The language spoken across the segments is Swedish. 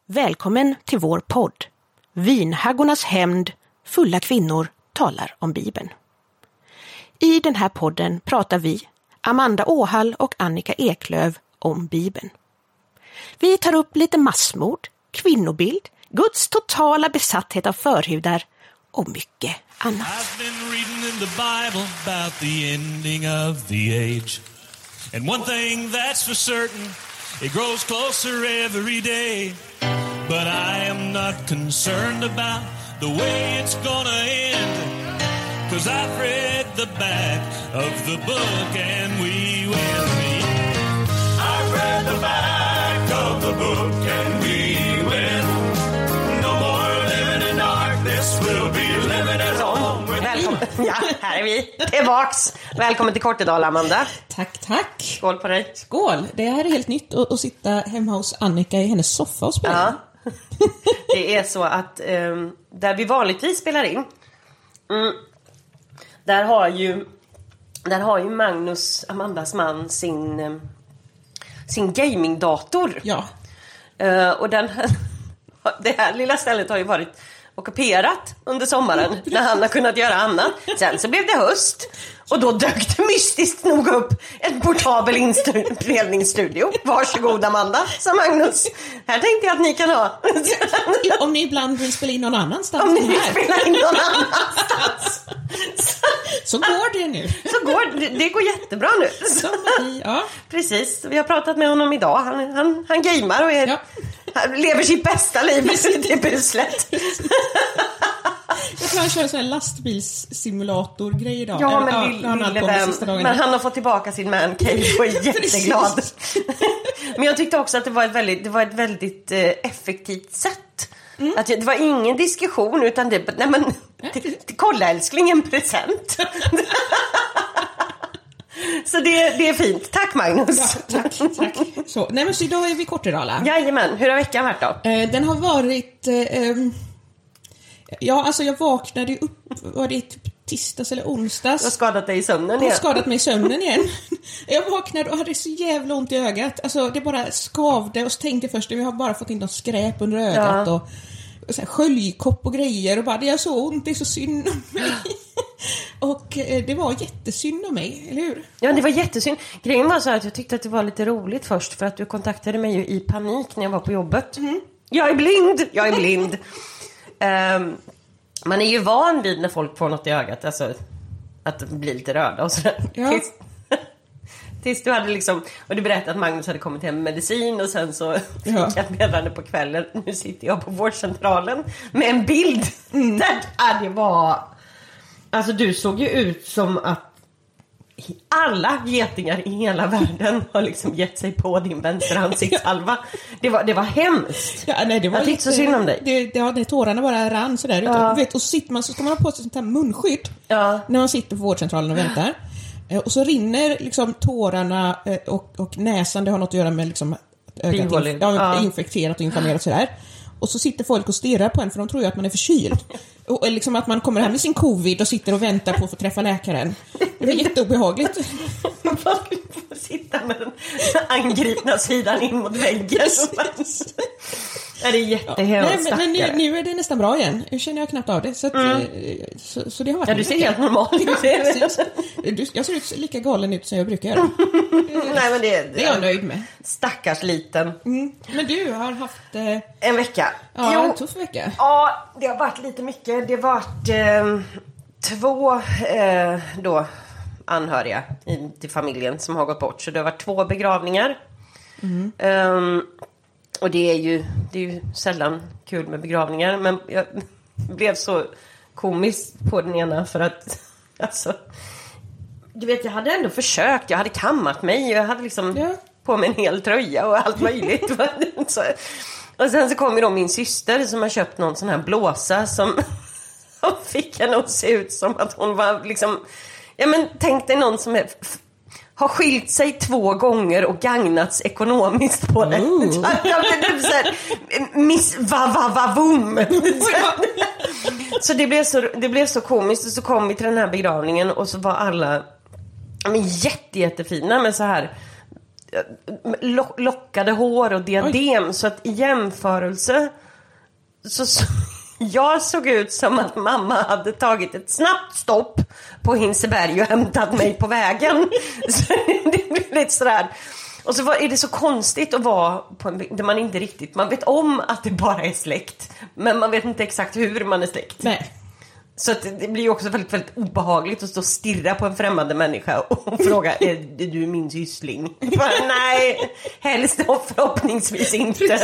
Välkommen till vår podd. Vinhaggornas hämnd, fulla kvinnor talar om Bibeln. I den här podden pratar vi, Amanda Åhall och Annika Eklöf, om Bibeln. Vi tar upp lite massmord, kvinnobild, Guds totala besatthet av förhudar och mycket annat. I've been reading in the Bible about the ending of the age. And one thing that's for certain, it grows closer every day. But I am not concerned about the way it's gonna end. 'Cause I've read the back of the book and we will read. I've read the back of the book and we will. No more living in darkness, we'll be living at home. Välkommen. Ja, här är vi tillbaks. Välkommen till Kortedala, Amanda. Tack. Skål på dig. Skål. Det här är helt nytt att sitta hemma hos Annika i hennes soffa och spela. Ja. Det är så att där vi vanligtvis spelar in, där har ju Magnus, Amandas man, sin gamingdator. Ja. Och det här lilla stället har ju varit ockuperat under sommaren när han har kunnat göra annat. Sen så blev det höst och då dök det mystiskt nog upp en portabel inspelningsstudio. Varsågod, Amanda, sa Magnus. Här tänkte jag att ni kan ha. Om ni ibland vill spela in någon annanstans. Om ni vill spela in någon annanstans. Så går det nu. Det går jättebra nu. Ja. Precis, vi har pratat med honom idag. Han gamer och han lever sitt bästa liv med sitt buslet. Jag tror han kör en sån här lastbilssimulator-grej idag. Ja, men han har fått tillbaka sin man cave och är jätteglad. Men jag tyckte också att det var ett väldigt effektivt sätt. Att det var ingen diskussion utan kolla älskling, en present. Så det är fint. Tack, Magnus. Ja, tack. Så idag är vi i Kortedala. Jajamän, hur har veckan varit då? Den har varit... jag vaknade upp, var det typ tisdags eller onsdags. Du har skadat dig i sömnen igen. Jag har skadat mig i sömnen igen. Jag vaknade och hade så jävla ont i ögat. Alltså det bara skavde och så tänkte jag först att vi har bara fått in någon skräp under ögat och så här sköljkopp och grejer och bara det är så ont, det är så synd om mig. Och det var jättesynd om mig, eller hur? Ja, det var jättesynd. Grejen var så att jag tyckte att det var lite roligt först för att du kontaktade mig ju i panik när jag var på jobbet. Jag är blind. Man är ju van vid när folk får något i ögat, alltså att det blir lite röda och sådär. Ja. Tills du hade liksom, och du berättade att Magnus hade kommit hem med medicin och sen så fick jag meddelande på kvällen. Nu sitter jag på vårdcentralen med en bild där det var, alltså du såg ju ut som att alla getingar i hela världen har liksom gett sig på din vänsteransiktshalva. Det var hemskt. Ja, nej, det var jag tyckte så synd om dig. Det tårarna bara rann sådär. Ja. Vet, och så ska man ha på sig sånt här munskydd när man sitter på vårdcentralen och väntar. Och så rinner liksom tårarna och näsan, det har något att göra med liksom ögat infekterat och inflammerat sådär. Och så sitter folk och stirrar på en för de tror ju att man är förkyld. Och liksom att man kommer hem med sin covid och sitter och väntar på att få träffa läkaren. Det är jätteobehagligt. Man får sitta med den angripna sidan in mot väggen. Det är jättehemskt. Men nu är det nästan bra igen. Nu känner jag knappt av det. Så det har varit du ser helt normal ut. Jag ser ut lika galen ut som jag brukar göra. Nej, men det är jag nöjd med. Stackars liten. Men du har haft... en vecka. Ja, en tuff vecka. Ja, det har varit lite mycket. Det har varit 2 anhöriga till familjen som har gått bort. Så det har varit 2 begravningar. Och det är ju sällan kul med begravningar. Men jag blev så komisk på den ena för att alltså, du vet, jag hade ändå försökt. Jag hade kammat mig. Jag hade liksom på mig en hel tröja och allt möjligt. Och sen så kom ju då min syster som har köpt någon sån här blåsa som fick henne att se ut som att hon var liksom... Ja, men tänk dig någon som har skilt sig 2 gånger och gagnats ekonomiskt på det. Miss va-va-va-vom. Så det blev så komiskt. Och så kom vi till den här begravningen och så var alla jättefina med så här lockade hår och diadem. Oj. Så att i jämförelse så jag såg ut som att mamma hade tagit ett snabbt stopp på Hinseberg och hämtat mig på vägen. Så det blev lite sådär. Och så är det så konstigt att vara på där man inte riktigt, man vet om att det bara är släkt, men man vet inte exakt hur man är släkt. Nej. Så att det blir ju också väldigt, väldigt obehagligt att stå och stirra på en främmande människa och fråga, är du min syssling? Nej, helst och förhoppningsvis inte.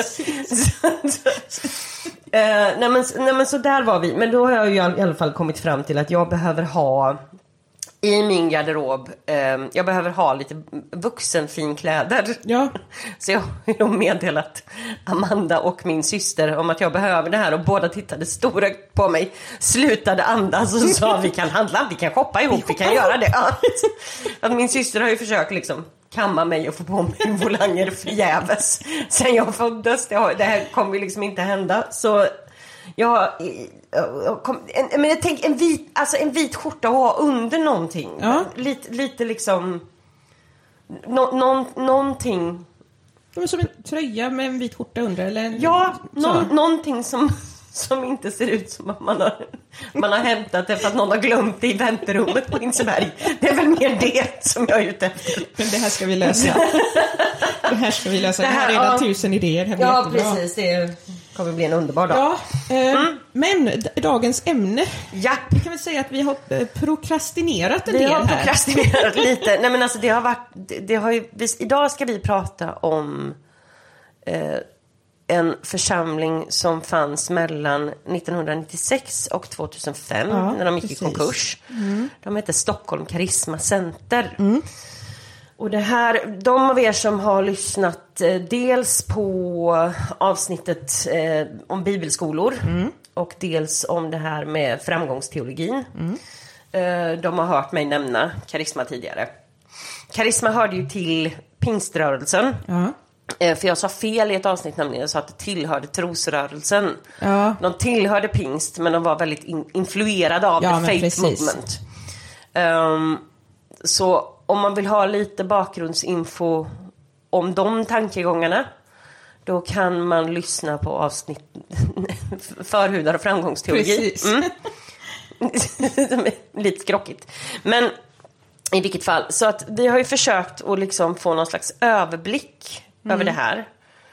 Nej men så där var vi. Men då har jag ju i alla fall kommit fram till att jag behöver ha i min garderob, jag behöver ha lite vuxenfinkläder. Ja. Så jag har ju meddelat Amanda och min syster om att jag behöver det här. Och båda tittade stora på mig, slutade andas och sa vi kan handla, vi kan shoppa ihop, vi kan göra det. Ja. Att min syster har ju försökt liksom kamma mig och få på mig volanger förgäves sen jag föddes. Det här kommer ju liksom inte hända. Så men jag tänker en vit skjorta att ha under någonting. Ja. Lite liksom någonting. Men som en tröja med en vit skjorta under eller någonting som inte ser ut som att man har hämtat det för att någon har glömt det i väntrummet på Hinseberg. Det är väl mer det som jag är ute efter. Men det här ska vi lösa. Det här är redan 1000 idéer. Ja, precis. Det kommer bli en underbar dag. Ja, men dagens ämne. Ja. Vi kan väl säga att vi har prokrastinerat en del här. Vi har prokrastinerat lite. Nej men alltså idag ska vi prata om en församling som fanns mellan 1996 och 2005 när de gick i konkurs. De hette Stockholm Karisma Center. Och det här, de av er som har lyssnat dels på avsnittet om bibelskolor och dels om det här med framgångsteologin. De har hört mig nämna karisma tidigare. Karisma hörde ju till pingströrelsen. För jag sa fel i ett avsnitt, nämligen jag sa att det tillhörde trosrörelsen. De tillhörde pingst, men de var väldigt influerade av the faith movement. Så om man vill ha lite bakgrundsinfo om de tankegångarna, då kan man lyssna på avsnitt förhudar och framgångsteologi. Lite skrockigt. Men i vilket fall, så att vi har ju försökt att liksom få någon slags överblick över det här.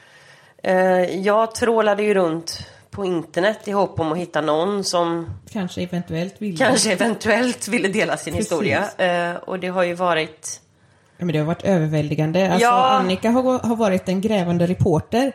Jag trålade ju runt på internet i hopp om att hitta någon som kanske eventuellt ville dela sin historia. Och det har ju varit... Ja, men det har varit överväldigande. Alltså, Annika har varit en grävande reporter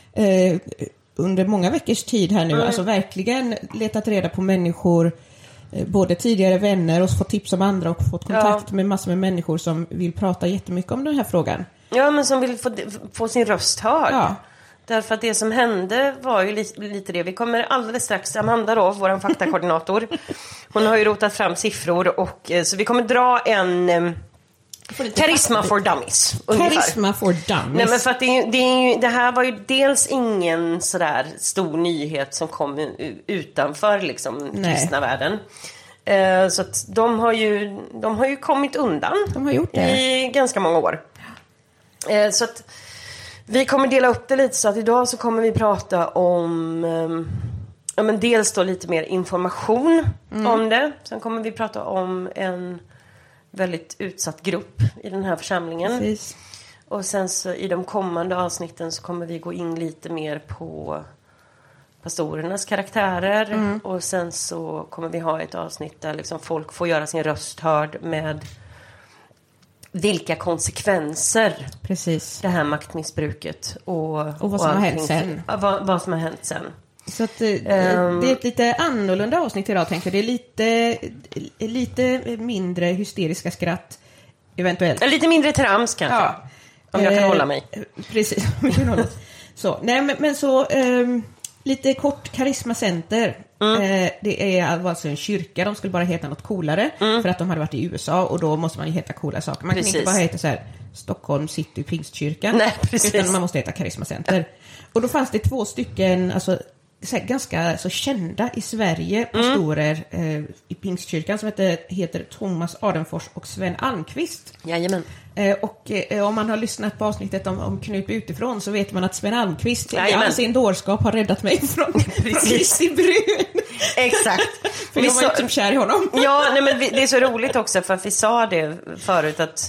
under många veckors tid här nu. Alltså verkligen letat reda på människor, både tidigare vänner och fått tips om andra och fått kontakt med massor med människor som vill prata jättemycket om den här frågan. Ja, men som vill få sin röst hörd. Ja. Därför att det som hände var ju lite det. Vi kommer alldeles strax, Amanda då, vår faktakoordinator. Hon har ju rotat fram siffror och så vi kommer dra en Karisma for Dummies. Karisma for Dummies. Nej, men för att det här var ju dels ingen sådär stor nyhet som kom utanför liksom kristna världen. Så att de har ju kommit undan. De har gjort det i ganska många år. Så att vi kommer dela upp det lite, så att idag så kommer vi prata om men dels då lite mer information om det. Sen kommer vi prata om en väldigt utsatt grupp i den här församlingen. Precis. Och sen så i de kommande avsnitten så kommer vi gå in lite mer på pastorernas karaktärer. Och sen så kommer vi ha ett avsnitt där liksom folk får göra sin röst hörd med vilka konsekvenser det här maktmissbruket och vad som har hänt sen. Vad som har hänt sen. Så att, det är ett lite annorlunda avsnitt idag, tänker jag. Det är lite mindre hysteriska skratt eventuellt. Lite mindre trams kanske. Ja. Om jag kan hålla mig. Precis. Så, nej, men så lite kort, Karisma Center. Det är alltså en kyrka. De skulle bara heta något coolare för att de hade varit i USA, och då måste man ju heta coola saker. Man kan inte bara heta så här Stockholm City Pingstkyrkan. Nej, precis. Utan man måste heta Karisma Center. Och då fanns det 2 stycken, alltså så här, ganska så kända i Sverige pastorer i Pingstkyrkan som heter Thomas Adenfors och Sven Almqvist. Jajamän. Och om man har lyssnat på avsnittet om Knut utifrån så vet man att Sven Almqvist i all sin dårskap har räddat mig från Kristi brun. Exakt. För jag var ju typ kär i honom. Ja, nej, men det är så roligt också för att vi sa det förut att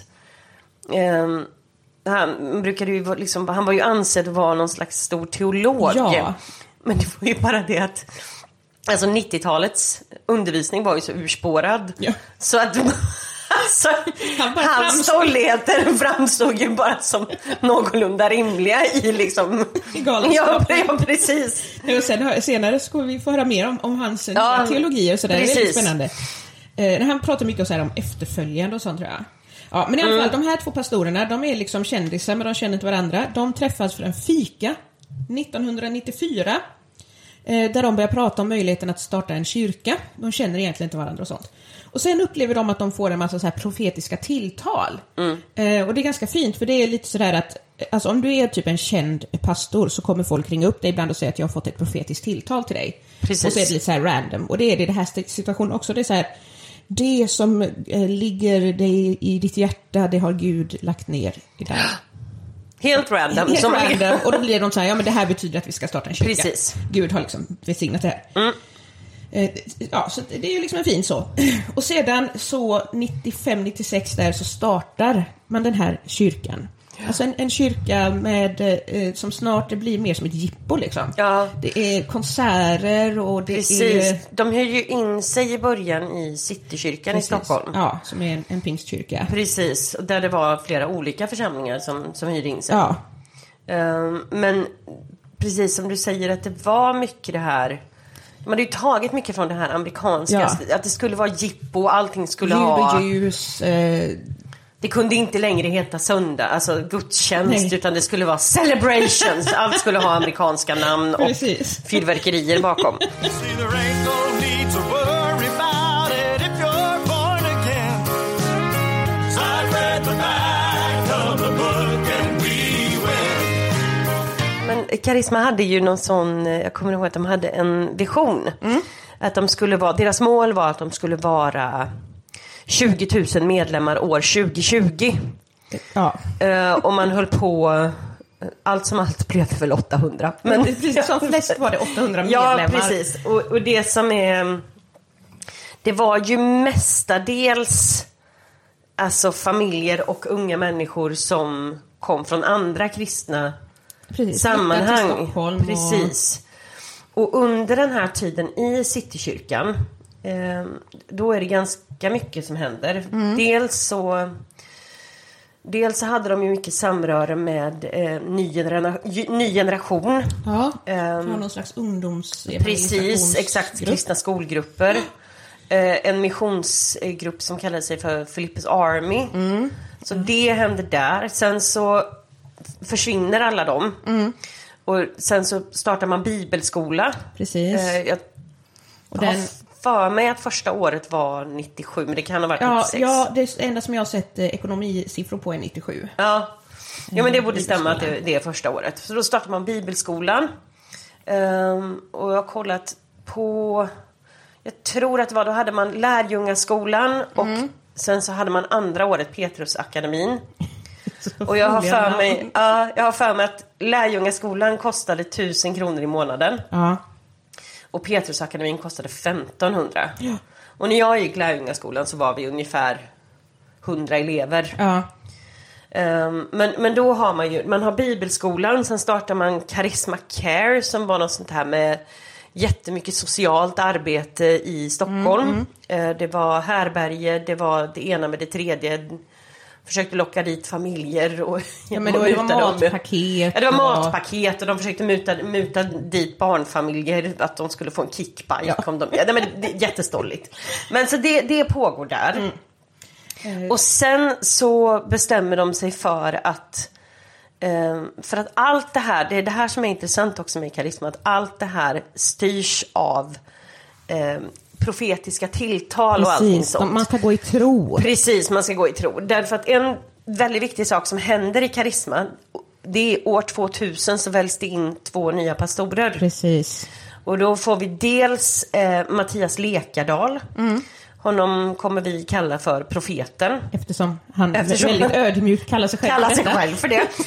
han brukade ju liksom, han var ju ansedd att vara någon slags stor teolog. Ja. Men det var ju bara det att alltså 90-talets undervisning var ju så urspårad. Ja. Så att alltså, hans stolligheter framstod ju bara som någorlunda rimliga i liksom galenskap. Ja, precis. Och sen, senare ska vi få höra mer om hans teologi och sådär. Det är väldigt spännande. Han pratar mycket om efterföljande och sånt, tror jag. Ja, men i alla fall, de här två pastorerna, de är liksom kändisar, men de känner inte varandra. De träffas för en fika 1994, där de börjar prata om möjligheten att starta en kyrka. De känner egentligen inte varandra och sånt. Och sen upplever de att de får en massa så här profetiska tilltal. Och det är ganska fint, för det är lite sådär att alltså, om du är typ en känd pastor så kommer folk ringa upp dig ibland och säga att jag har fått ett profetiskt tilltal till dig. Precis. Och så är det lite så här random. Och det är det här situationen också. Det är så här, det som ligger dig i ditt hjärta, det har Gud lagt ner i dig. Helt random. Helt random. Och då blir de så här, ja men det här betyder att vi ska starta en kyrka. Precis. Gud har liksom välsignat det här. Ja, så det är ju liksom en fin så. Och sedan så 95-96 där så startar man den här kyrkan. Alltså en kyrka med som snart det blir mer som ett jippo liksom. Ja. Det är konserter och det precis. är... De hyr ju in sig i början i Citykyrkan i Stockholm. Ja, som är en pingstkyrka. Precis, och där det var flera olika församlingar som hyrde in sig. Ja. Men precis som du säger att det var mycket det här. Man hade ju tagit mycket från det här amerikanska. Att det skulle vara jippo och allting skulle ha... ljus... Det kunde inte längre heta söndag, alltså gudstjänst, utan det skulle vara celebrations. Allt skulle ha amerikanska namn och fyrverkerier bakom. Men Karisma hade ju någon sån, jag kommer ihåg att de hade en vision. Att de skulle vara, deras mål var att de skulle vara 20 000 medlemmar år 2020. Ja. Och man höll på, allt som allt blev väl 800. Men precis, som flest var det 800 medlemmar. Ja, precis. Och det som är, det var ju mestadels alltså familjer och unga människor som kom från andra kristna sammanhang. Precis. Och under den här tiden i Citykyrkan, då är det ganska mycket som händer. Dels så hade de ju mycket samröre med ny generation. Ja, från någon slags ungdoms... Precis, exakt, kristna skolgrupper. En missionsgrupp som kallade sig för Philippus Army. Så det hände där. Sen så försvinner alla dem. Och sen så startar man bibelskola. Precis. Och för mig att första året var 97, men det kan ha varit 96. Ja, det enda som jag har sett ekonomisiffror på är 97. Ja, men det borde stämma att det är första året. Så då startar man bibelskolan. Och jag har kollat på, jag tror att det var, då hade man lärjungaskolan och sen så hade man andra året Petrusakademin. Och jag har för mig att lärjungaskolan kostade 1000 kronor i månaden. Ja. Och Petrusakademin kostade 1500. Ja. Och när jag gick lärjungaskolan så var vi ungefär 100 elever. Ja. Men då har man har bibelskolan, sen startar man Karisma Care som var något sånt här med jättemycket socialt arbete i Stockholm. Det var härberge, det var det ena med det tredje. Försökte locka dit familjer och men det var matpaket. Ja, det var matpaket och de försökte muta dit barnfamiljer att de skulle få en kickbike om de. Ja, men det är jättestolligt. Men så det pågår där. Och sen så bestämmer de sig för att allt det här, det är det här som är intressant också med Karisma, att allt det här styrs av profetiska tilltal. Precis, och allting sånt. Man ska gå i tro. Precis, man ska gå i tro. Därför att en väldigt viktig sak som händer i Karisma, det är år 2000 så väljs det in 2 nya pastorer. Precis. Och då får vi dels Mattias Lekardal. Honom kommer vi kalla för profeten. Eftersom han väldigt ödmjukt kallar sig själv för det.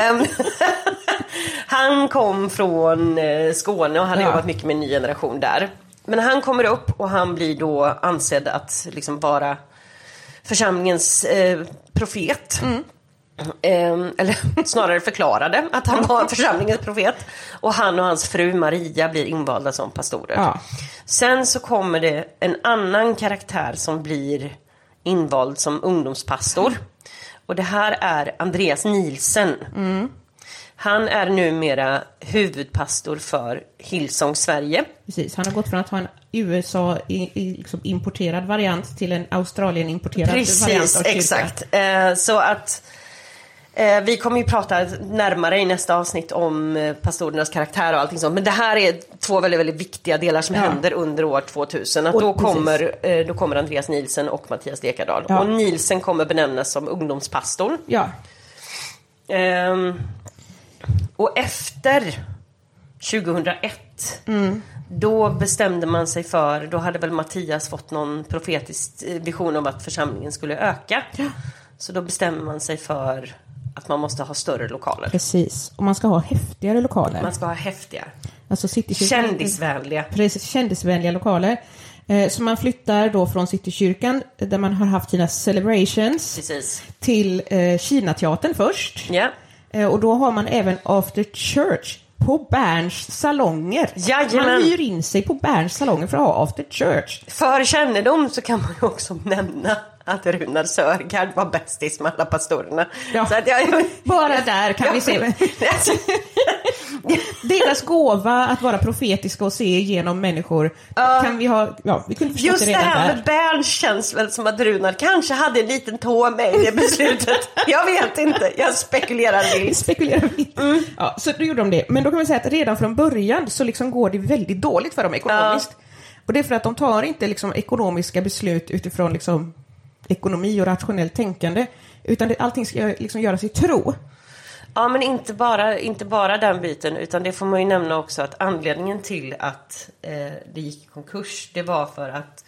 Han kom från Skåne och hade jobbat mycket med en ny generation där. Men han kommer upp och han blir då ansedd att liksom vara församlingens profet. Eller snarare förklarade att han var församlingens profet. Och han och hans fru Maria blir invalda som pastorer. Ja. Sen så kommer det en annan karaktär som blir invald som ungdomspastor. Och det här är Andreas Nielsen. Han är numera huvudpastor för Hillsong Sverige. Precis, han har gått från att ha en USA liksom importerad variant till en Australien importerad variant av kyrkan. Precis, exakt. Så att vi kommer ju prata närmare i nästa avsnitt om pastorernas karaktär och allting sånt. Men det här är två väldigt, väldigt viktiga delar som händer under år 2000. Att då kommer Andreas Nielsen och Mattias Lekardal. Ja. Och Nielsen kommer benämnas som ungdomspastor. Ja. Och efter 2001 då bestämde man sig för, då hade väl Mattias fått någon profetisk vision om att församlingen skulle öka. Ja. Så då bestämmer man sig för att man måste ha större lokaler. Precis, och man ska ha häftigare lokaler. Man ska ha häftiga. Alltså kändisvänliga. Precis, kändisvänliga lokaler. Så man flyttar då från Citykyrkan där man har haft sina celebrations. Precis. Till Kinateatern först. Ja. Och då har man även after church på Berns salonger. Jajamän. Man hyr in sig på Berns salonger för att ha after church. För kännedom så kan man också nämna att Runar Sörgard var bästis med alla pastorerna. Ja. Så att bara där kan vi se. Deras gåva att vara profetiska och se igenom människor kan vi ha, vi kunde förstå just det redan det här där. med Berns känns väl som att Runar kanske hade en liten tå med i det beslutet. Jag vet inte, jag spekulerar vilt. Ja, så då gjorde de det. Men då kan man säga att redan från början så liksom går det väldigt dåligt för dem ekonomiskt. Och det är för att de tar inte liksom ekonomiska beslut utifrån liksom ekonomi och rationellt tänkande, utan allting ska liksom göras i tro. Ja, men inte bara den biten, utan det får man ju nämna också att anledningen till att det gick i konkurs, det var för att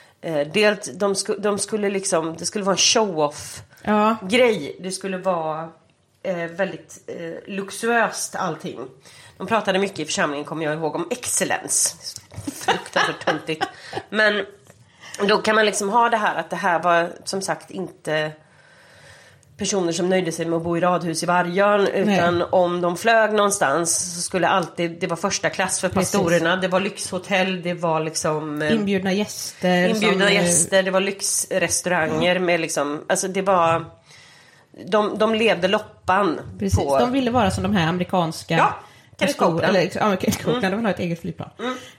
de skulle liksom, det skulle vara en show-off grej. Det skulle vara väldigt luxuöst allting. De pratade mycket i församlingen, kommer jag ihåg, om excellens. Fruktansvärt töntigt. Men då kan man liksom ha det här att det här var som sagt inte personer som nöjde sig med att bo i radhus i Vargön, utan om de flög någonstans så skulle alltid, det var första klass för pastorerna. Precis. Det var lyxhotell, det var liksom inbjudna gäster, det var lyxrestauranger med liksom, alltså det var de levde loppan. Precis. På... De ville vara som de här amerikanska de vill ha ett eget flygplan.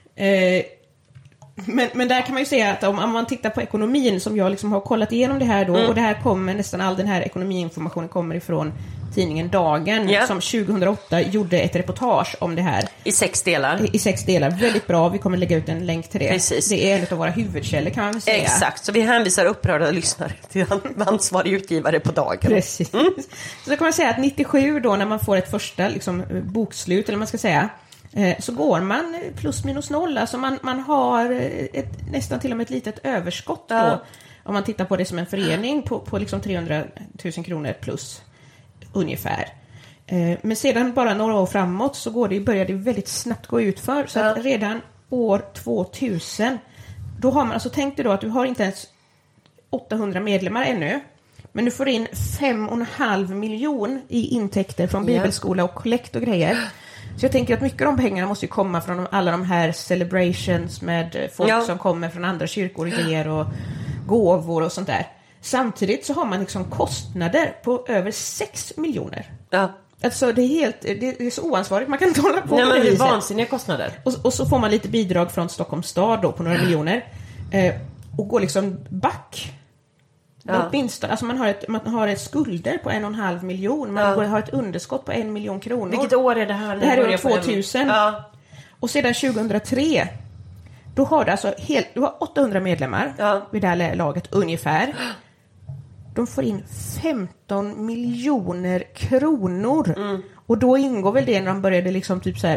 Men där kan man ju säga att om man tittar på ekonomin, som jag liksom har kollat igenom det här då, och det här kommer, nästan all den här ekonomiinformationen kommer ifrån tidningen Dagen, som 2008 gjorde ett reportage om det här. I 6 delar. I 6 delar, väldigt bra, vi kommer lägga ut en länk till det. Precis. Det är en av våra huvudkällor, kan man väl säga. Exakt, så vi hänvisar upprörda lyssnare till ansvarig utgivare på Dagen. Precis. Så då kan man säga att 97 då, när man får ett första liksom, bokslut, eller man ska säga, så går man plus minus noll. Alltså man har nästan till och med ett litet överskott då, om man tittar på det som en förening på liksom 300 000 kronor plus ungefär. Men sedan bara några år framåt så började det väldigt snabbt gå ut för. Så att redan år 2000 då har man, alltså tänk dig då att du har inte ens 800 medlemmar ännu, men du får in 5,5 miljoner i intäkter från bibelskola och kollekt och grejer. Så jag tänker att mycket av de pengarna måste ju komma från alla de här celebrations med folk som kommer från andra kyrkor och ger och gåvor och sånt där. Samtidigt så har man liksom kostnader på över 6 miljoner. Ja. Alltså det är så oansvarigt, man kan inte hålla på. Nej, men det är vansinniga kostnader. Och så får man lite bidrag från Stockholms stad då på några miljoner. Och går liksom back. Alltså man har ett skulder på 1,5 miljon. Man har ett underskott på 1 miljon kronor. Vilket år är det här? Det här är år 2000. Och sedan 2003 då har du alltså du har 800 medlemmar vid det här laget ungefär. De får in 15 miljoner kronor. Och då ingår väl det när de började liksom typ så här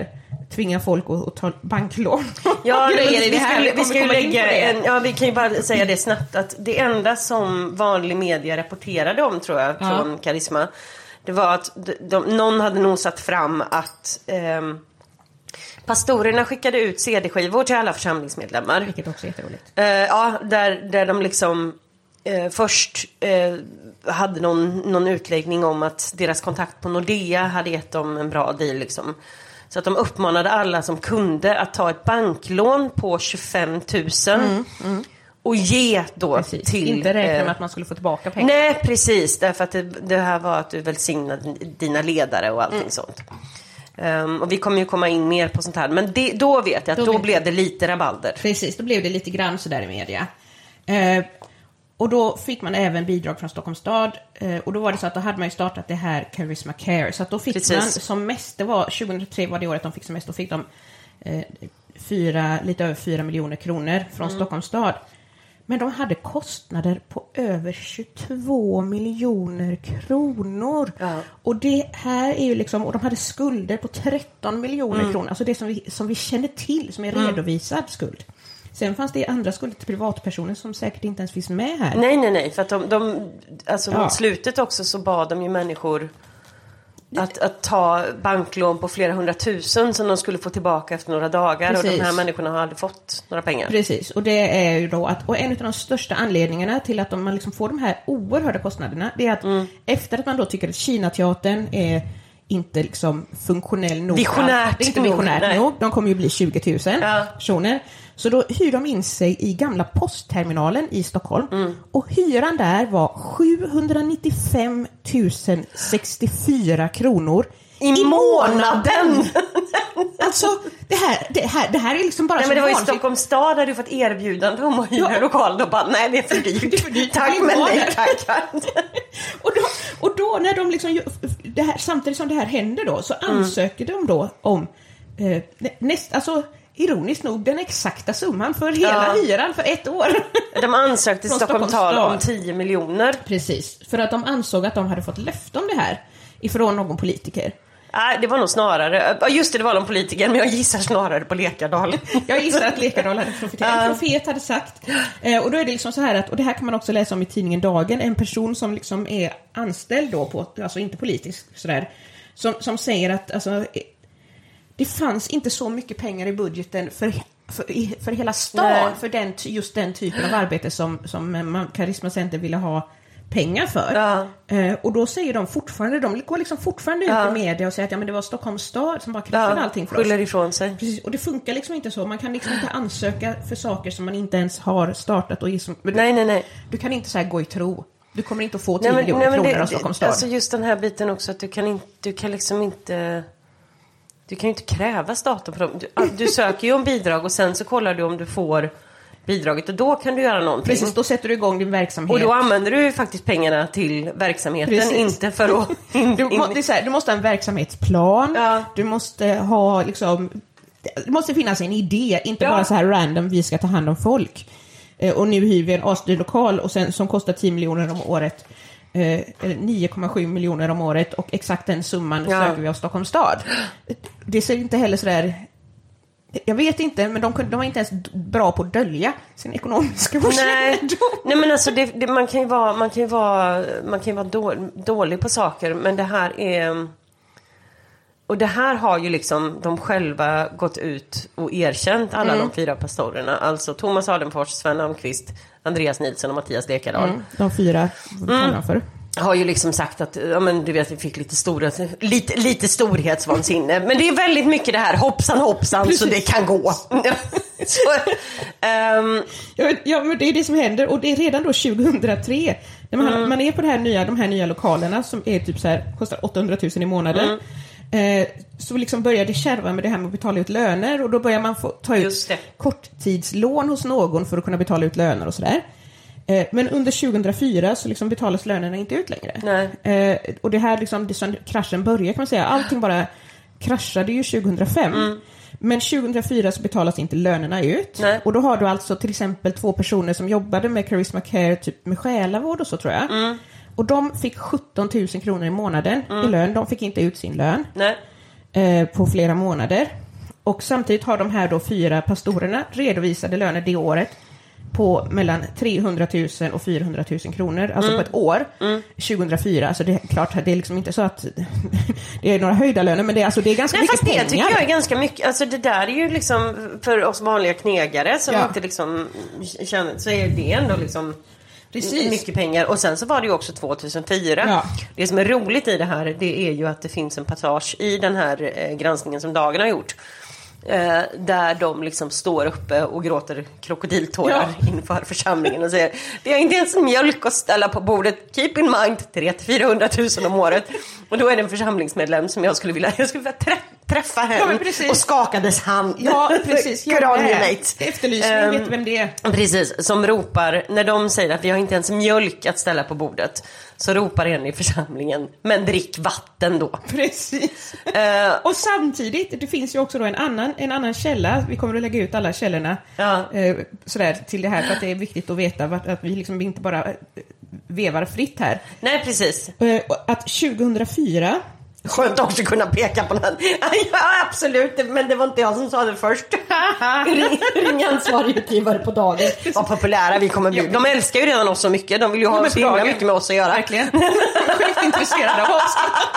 tvinga folk att ta banklån. Ja, vi skulle lägga vi kan ju bara säga det snabbt att det enda som vanlig media rapporterade om, tror jag, från Karisma, det var att någon hade nog satt fram att pastorerna skickade ut CD-skivor till alla församlingsmedlemmar. Vilket också är jätteroligt. Där de liksom först hade någon utläggning om att deras kontakt på Nordea hade gett dem en bra deal liksom. Så att de uppmanade alla som kunde att ta ett banklån på 25 000 och ge då till... Inte räkna med att man skulle få tillbaka pengar. Nej, precis. Därför att det här var att du välsignade dina ledare och allting sånt. Och vi kommer ju komma in mer på sånt här. Men då vet jag att då blev det lite rabalder. Precis, då blev det lite grann sådär i media. Och då fick man även bidrag från Stockholms stad. Och då var det så att då hade man ju startat det här Karisma Care. Så att då fick man som mest, det var 2003 var det året de fick som mest. Då fick de lite över 4 miljoner kronor från Stockholms stad. Men de hade kostnader på över 22 miljoner kronor. Ja. Och det här är ju liksom, och de hade skulder på 13 miljoner kronor. Alltså det som vi känner till, som är redovisad skuld. Sen fanns det andra skulder till privatpersoner som säkert inte ens finns med här. Nej, för att mot slutet också så bad de ju människor att ta banklån på flera 100 000 som de skulle få tillbaka efter några dagar. Precis. Och de här människorna har aldrig fått några pengar. Precis, och det är ju då att, och en av de största anledningarna till att man liksom får de här oerhörda kostnaderna, det är att efter att man då tycker att Kinateatern är inte liksom funktionell nog. Visionärt. Det är inte visionärt nog. De kommer ju bli 20 000 personer. Så då hyr de in sig i gamla postterminalen i Stockholm. Och hyran där var 795 064 kronor i månaden. Alltså det här är liksom bara så. Men det var i Stockholms stad där du fått erbjudande om att hyra lokal. Då bara, nej, det är för dyrt. Tack, men nej, tack. och då när de liksom det här, samtidigt som det här händer då, så ansöker de då om alltså ironiskt nog den exakta summan för hela hyran för ett år. De ansökte till Stockholms stad om 10 miljoner. Precis, för att de ansåg att de hade fått löfte om det här ifrån någon politiker. Nej, det var nog snarare, just det var någon politiker, men jag gissar snarare på Lekardal. Jag gissar att Lekardal hade profiterat. En profet hade sagt. Och då är det liksom så här att, och det här kan man också läsa om i tidningen Dagen, en person som liksom är anställd då på, alltså inte politisk sådär, som säger att alltså, det fanns inte så mycket pengar i budgeten för hela stan, för just den typen av arbete som Karisma Center ville ha pengar för. Och då säger de går liksom fortfarande ut i media och säger att men det var Stockholms stad som bara krävde allting för oss. Skyller ifrån sig. Precis, och det funkar liksom inte så. Man kan liksom inte ansöka för saker som man inte ens har startat. Nej. Du kan inte så här gå i tro. Du kommer inte att få 10 miljoner kronor av Stockholms stad. Alltså just den här biten också att du kan ju inte kräva staten på dem. Du söker ju om bidrag och sen så kollar du om du får bidraget och då kan du göra någonting. Precis, då sätter du igång din verksamhet. Och då använder du faktiskt pengarna till verksamheten, inte för att... Du måste ha en verksamhetsplan. Du måste ha liksom... Det måste finnas en idé, inte bara så här random, vi ska ta hand om folk. Och nu hyr vi en asdyr lokal och sen, som kostar 10 miljoner om året. 9,7 miljoner om året och exakt den summan söker vi av Stockholms stad. Det ser inte heller så där. Jag vet inte, men de var inte ens bra på att dölja sin ekonomiska Nej, men alltså man kan ju vara dålig på saker, men det här är, och det här har ju liksom de själva gått ut och erkänt, alla de 4 pastorerna, alltså Thomas Adenfors, Sven Almqvist, Andreas Nilsson och Mattias Lekardal. De 4 för. Har ju liksom sagt att du vet, vi fick lite storhetsvansinne, men det är väldigt mycket det här hoppsan Precis. Så det kan gå. Men det är det som händer, och det är redan då 2003 när man är på de här nya lokalerna som är typ så här, kostar 800 000 i månaden. Så liksom börjar det kärva med det här med att betala ut löner, och då börjar man få ta ut korttidslån hos någon för att kunna betala ut löner och sådär. Men under 2004 så liksom betalas lönerna inte ut längre. Och det här liksom, det som kraschen börjar, kan man säga. Allting bara kraschade ju 2005. Men 2004 så betalas inte lönerna ut. Och då har du alltså till exempel 2 personer som jobbade med Karisma Care typ med själavård och så, tror jag. Och de fick 17 000 kronor i månaden i lön. De fick inte ut sin lön på flera månader. Och samtidigt har de här då 4 pastorerna redovisade löner det året på mellan 300 000 och 400 000 kronor, alltså på ett år, 2004. Alltså det är klart, det är liksom inte så att det är några höjda löner, men det är, alltså, det är ganska mycket pengar. Det tycker jag är ganska mycket, alltså det där är ju liksom, för oss vanliga knegare som inte liksom känner, så är det ändå liksom mycket pengar. Och sen så var det ju också 2004. Ja. Det som är roligt i det här, det är ju att det finns en passage i den här granskningen som Dagen har gjort. Där de liksom står uppe och gråter krokodiltårar inför församlingen och säger: vi har inte ens mjölk att ställa på bordet, keep in mind 300-400 000 om året. Och då är det en församlingsmedlem som jag skulle vilja träffa hem och skaka dess hand. Ja, precis. Efterlysning, vet vem det är. Precis, som ropar, när de säger att vi har inte ens mjölk att ställa på bordet, så ropar en i församlingen: men drick vatten då. Precis. Och samtidigt, det finns ju också då en annan källa. Vi kommer att lägga ut alla källorna sådär till det här, för att det är viktigt att veta att vi liksom inte bara vevar fritt här. Nej, precis. Att 2004... Skönt också kunna peka på den. Ja, absolut, men det var inte jag som sa det först. Ring ansvarig utgivare på Dagen. Vad populära vi kommer bli. De älskar ju redan oss så mycket. De vill ju ha så himla mycket med oss att göra. Verkligen. Sjukt intresserade av oss.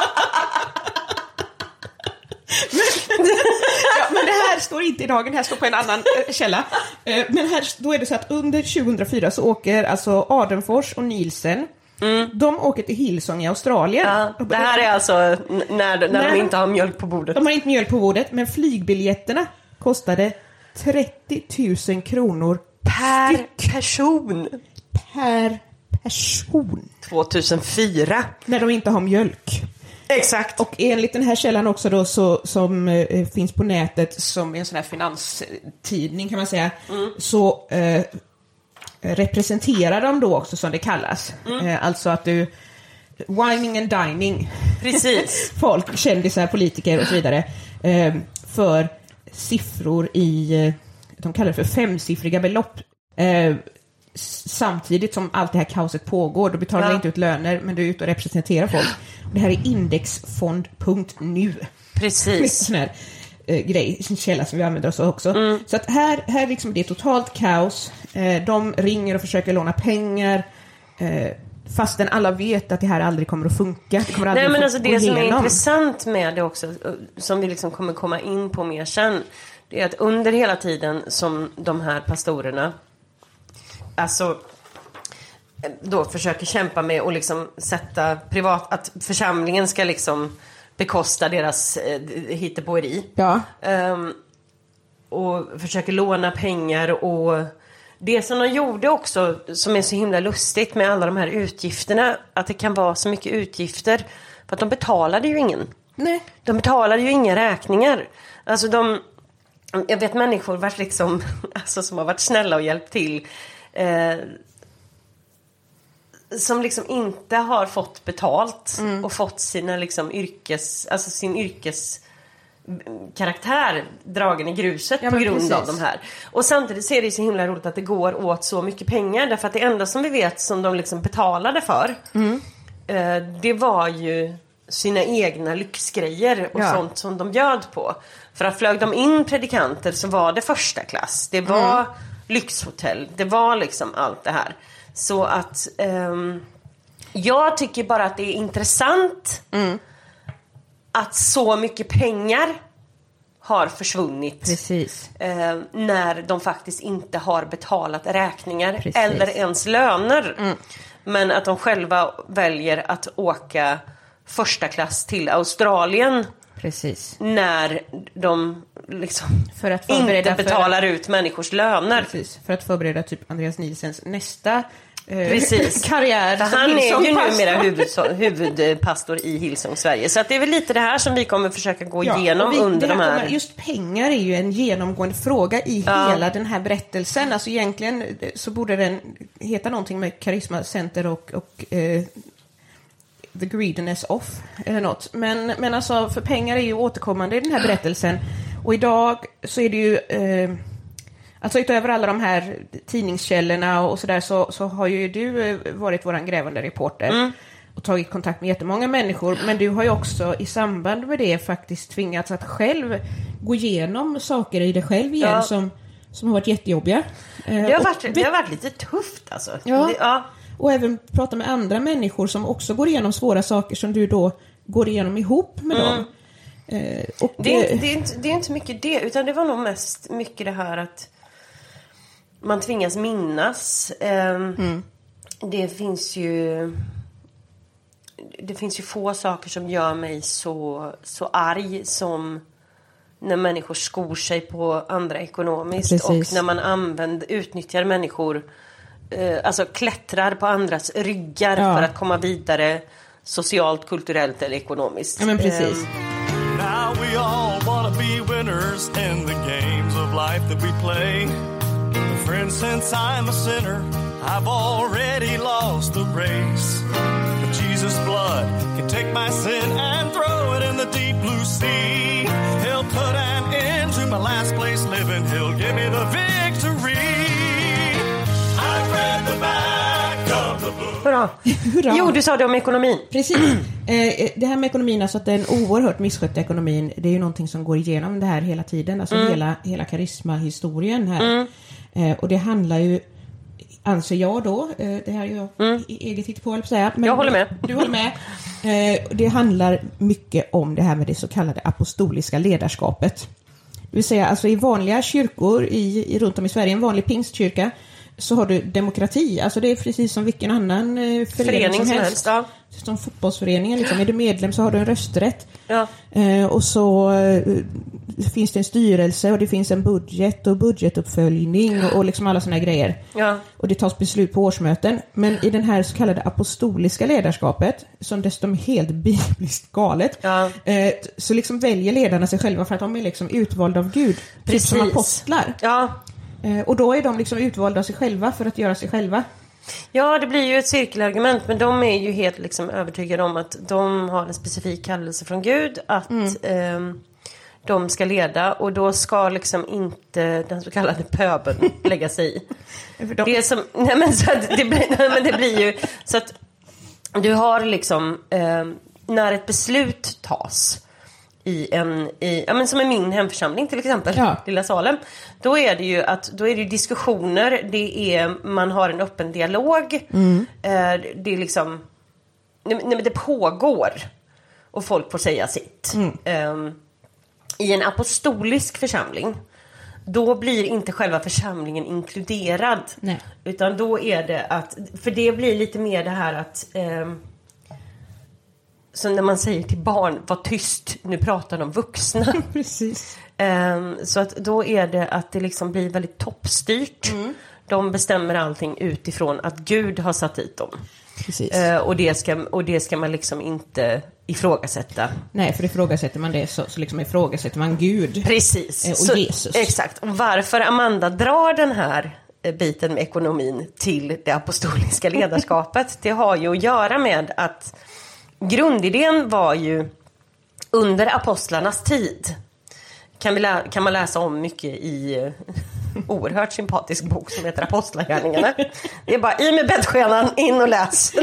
Men det här står inte i Dagen, det här står på en annan källa. Men här, då är det så att under 2004 så åker alltså Adenfors och Nielsen. De åker till Hillsong i Australien. Ja, det här är alltså när de inte har mjölk på bordet. De har inte mjölk på bordet, men flygbiljetterna kostade 30 000 kronor per person. Per person. 2004. När de inte har mjölk. Exakt. Och enligt den här källan också då, som finns på nätet, som är en sån här finanstidning kan man säga, så representerar de då också, som det kallas. Alltså att du whining and dining. Precis. Folk, kändisar, politiker och så vidare, för siffror i, de kallar det för 5-siffriga belopp. Samtidigt som allt det här kaoset pågår, då betalar man inte ut löner, men du är ute och representerar folk. Det här är indexfond.nu. Precis. Sån här grej, sin källa som vi använder oss av också. Så att här liksom det är totalt kaos. De ringer och försöker låna pengar, fastän alla vet att det här aldrig kommer att funka. Det kommer aldrig alltså det som är intressant med det också, som vi liksom kommer komma in på mer sen, det är att under hela tiden som de här pastorerna alltså då försöker kämpa med och liksom sätta att församlingen ska liksom bekosta deras hittepåeri. Ja. Och försöker låna pengar, och det som de gjorde också, som är så himla lustigt med alla de här utgifterna, att det kan vara så mycket utgifter, för att de betalade ju ingen. Nej. De betalade ju inga räkningar. Alltså jag vet människor vars liksom, alltså som har varit snälla och hjälpt till, som liksom inte har fått betalt och fått sina liksom sin yrkeskaraktär dragen i gruset på grund av de här. Och samtidigt så är det så himla roligt att det går åt så mycket pengar, därför att det enda som vi vet som de liksom betalade för, det var ju sina egna lyxgrejer och sånt som de bjöd på. För att flög de in predikanter så var det första klass, det var lyxhotell, det var liksom allt det här. Så att jag tycker bara att det är intressant att så mycket pengar har försvunnit. Precis. När de faktiskt inte har betalat räkningar eller ens löner. Men att de själva väljer att åka första klass till Australien. Precis. När de liksom för att inte betalar ut människors löner. Precis, för att förbereda typ Andreas Nielsens nästa karriär. För han är ju numera huvudpastor i Hillsong Sverige. Så att det är väl lite det här som vi kommer försöka gå igenom under de här. Just pengar är ju en genomgående fråga i hela den här berättelsen. Alltså egentligen så borde den heta någonting med Karisma Center och The Greediness Off eller något. Men alltså, för pengar är ju återkommande i den här berättelsen. Och idag så är det ju alltså utöver alla de här tidningskällorna och sådär, så har ju du varit våran grävande reporter. och tagit kontakt med jättemånga människor, men du har ju också i samband med det faktiskt tvingats att själv gå igenom saker i dig själv igen som har varit jättejobbiga. Det har varit lite tufft alltså. Och även prata med andra människor som också går igenom svåra saker som du då går igenom ihop med dem. Och det är inte mycket det, utan det var nog mest mycket det här att man tvingas minnas. Det finns ju få saker som gör mig så arg som när människor skor sig på andra ekonomiskt. Precis. Och när man utnyttjar människor, alltså klättrar på andras ryggar för att komma vidare socialt, kulturellt eller ekonomiskt. Ja, men precis. Now we all wanna be winners in the games of life that we play. But friend, since I'm a sinner, I've already lost the race. But Jesus' blood can take my sin and throw it in the deep blue sea. He'll put an end to my last place living. He'll give me the victory. I've read the back of the book. Hurra. Jo, du sa det om ekonomin. Precis. Det här med ekonomin, alltså att den oerhört misskötta ekonomin, det är ju någonting som går igenom det här hela tiden. Alltså hela karismahistorien här. Och det handlar ju, anser jag då, det här är jag eget hitt på, eller säga. Men jag håller med. Du håller med. Det handlar mycket om det här med det så kallade apostoliska ledarskapet. Det vill säga, alltså i vanliga kyrkor runt om i Sverige, en vanlig pingstkyrka, så har du demokrati. Alltså det är precis som vilken annan förening som helst. Ja. Som fotbollsföreningen. Liksom. Är du medlem så har du en rösträtt. Ja. Och så finns det en styrelse och det finns en budget och budgetuppföljning och liksom alla såna grejer. Ja. Och det tas beslut på årsmöten. Men i den här så kallade apostoliska ledarskapet, som dessutom är helt bibliskt galet, så liksom väljer ledarna sig själva för att de är liksom utvalda av Gud. Precis. Som apostlar. Ja. Och då är de liksom utvalda av sig själva för att göra sig själva. Ja, det blir ju ett cirkelargument, men de är ju helt liksom övertygade om att de har en specifik kallelse från Gud att de ska leda, och då ska liksom inte den så kallade pöbeln lägga sig i. Det är som, det blir ju så att du har liksom när ett beslut tas som i min hemförsamling till exempel, Lilla Salem, då är det ju diskussioner, man har en öppen dialog, det är liksom det pågår och folk får säga sitt. I en apostolisk församling, då blir inte själva församlingen inkluderad. Nej. Utan då är det för det blir lite mer det här att så när man säger till barn, var tyst, nu pratar de vuxna. Precis. Så att då är det att det liksom blir väldigt toppstyrt. De bestämmer allting utifrån att Gud har satt dit dem. Precis. Och det ska man liksom inte ifrågasätta. Nej, för ifrågasätter man det så liksom ifrågasätter man Gud. Precis. Och Jesus. Exakt. Och varför Amanda drar den här biten med ekonomin till det apostoliska ledarskapet, det har ju att göra med att grundidén var ju under apostlarnas tid. Kan man läsa om mycket i oerhört sympatisk bok som heter Apostlagärningarna. Det är bara i med bettskenan, in och läs.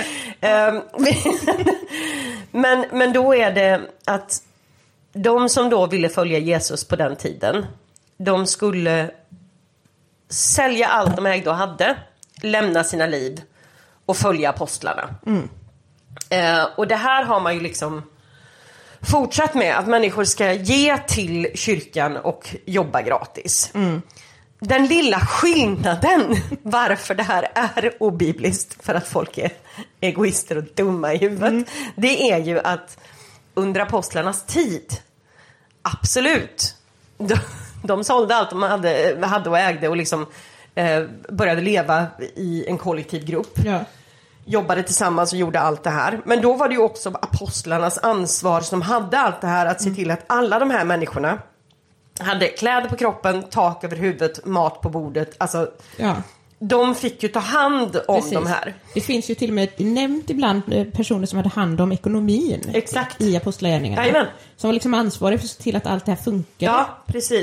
Men då är det att de som då ville följa Jesus på den tiden, de skulle sälja allt de ägde och hade, lämna sina liv och följa apostlarna. Och det här har man ju liksom fortsatt med, att människor ska ge till kyrkan och jobba gratis. Den lilla skillnaden varför det här är obibliskt, för att folk är egoister och dumma i huvudet, det är ju att under apostlarnas tid, absolut, de sålde allt de hade och ägde och liksom började leva i en kollektiv grupp. Jobbade tillsammans och gjorde allt det här. Men då var det ju också apostlarnas ansvar, som hade allt det här, att se till att alla de här människorna hade kläder på kroppen, tak över huvudet, mat på bordet. Alltså, de fick ju ta hand om de här. Det finns ju till och med nämnt ibland personer som hade hand om ekonomin. Exakt. I apostlagärningarna. Jajamän. Som var liksom ansvarig för att se till att allt det här funkar. Ja, precis.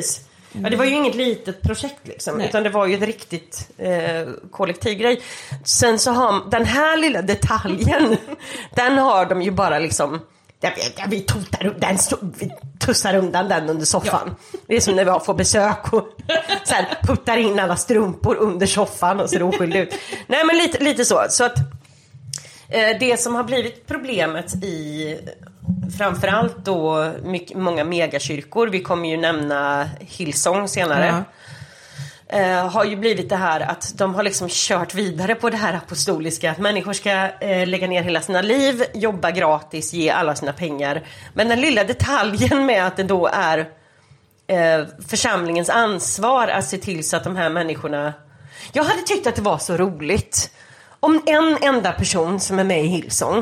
Ja, det var ju inget litet projekt liksom, utan det var ju ett riktigt kollektiv grej. Sen så har den här lilla detaljen, den har de ju bara liksom, vi tussar undan den under soffan. Ja. Det är som när vi får besök och så här, puttar in alla strumpor under soffan och ser oskyldig ut. Nej, men lite så. Så att det som har blivit problemet i framförallt då många megakyrkor, vi kommer ju nämna Hillsong senare, har ju blivit det här att de har liksom kört vidare på det här apostoliska, att människor ska lägga ner hela sina liv, jobba gratis, ge alla sina pengar. Men den lilla detaljen med att det då är församlingens ansvar att se till så att de här människorna... Jag hade tyckt att det var så roligt om en enda person som är med i Hillsong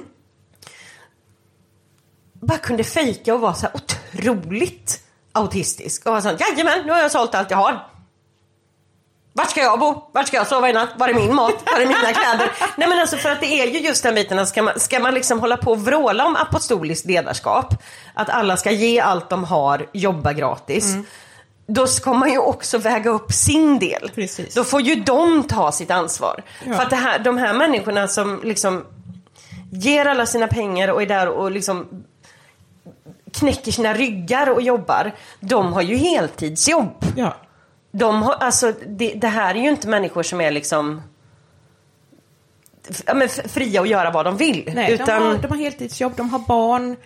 bara kunde fejka och vara så här otroligt autistisk och vara sån, jajamän, nu har jag sålt allt jag har. Vart ska jag bo? Vart ska jag sova i natt? Var är min mat? Var är mina kläder? Nej, men alltså, för att det är ju just den biten att ska man liksom hålla på och vråla om apostoliskt ledarskap, att alla ska ge allt de har, jobba gratis, då ska man ju också väga upp sin del. Precis. Då får ju de ta sitt ansvar. Ja. För att de här människorna som liksom ger alla sina pengar och är där och liksom knäcker sina ryggar och jobbar, de har ju heltidsjobb. Ja. De har, alltså, det här är ju inte människor som är liksom fria att göra vad de vill. Nej, utan de har heltidsjobb, de har barn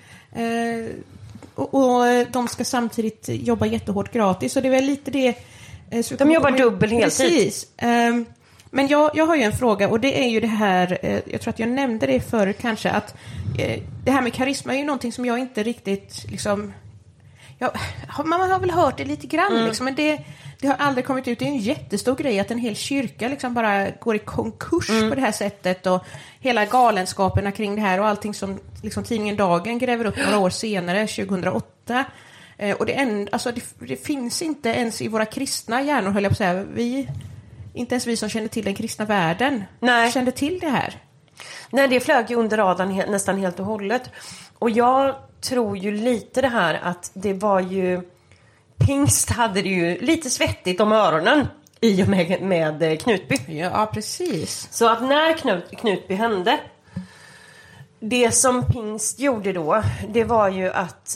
och de ska samtidigt jobba jättehårt gratis. Så det är väl lite det. De jobbar dubbel heltid. Precis. Men jag har ju en fråga, och det är ju det här, jag tror att jag nämnde det förr kanske, att det här med karisma är ju någonting som jag inte riktigt liksom... man har väl hört det lite grann liksom, men det har aldrig kommit ut. Det är en jättestor grej att en hel kyrka liksom bara går i konkurs på det här sättet, och hela galenskaperna kring det här och allting som liksom tidningen Dagen gräver upp några år senare, 2008. Och det finns inte ens i våra kristna hjärnor, höll jag på att säga. Inte ens vi som känner till den kristna världen kände till det här. Nej, det flög ju under radarn nästan helt och hållet. Och jag tror ju lite det här att det var ju... Pingst hade det ju lite svettigt om öronen i och med Knutby. Ja, precis. Så att när Knutby hände, det som Pingst gjorde då, det var ju att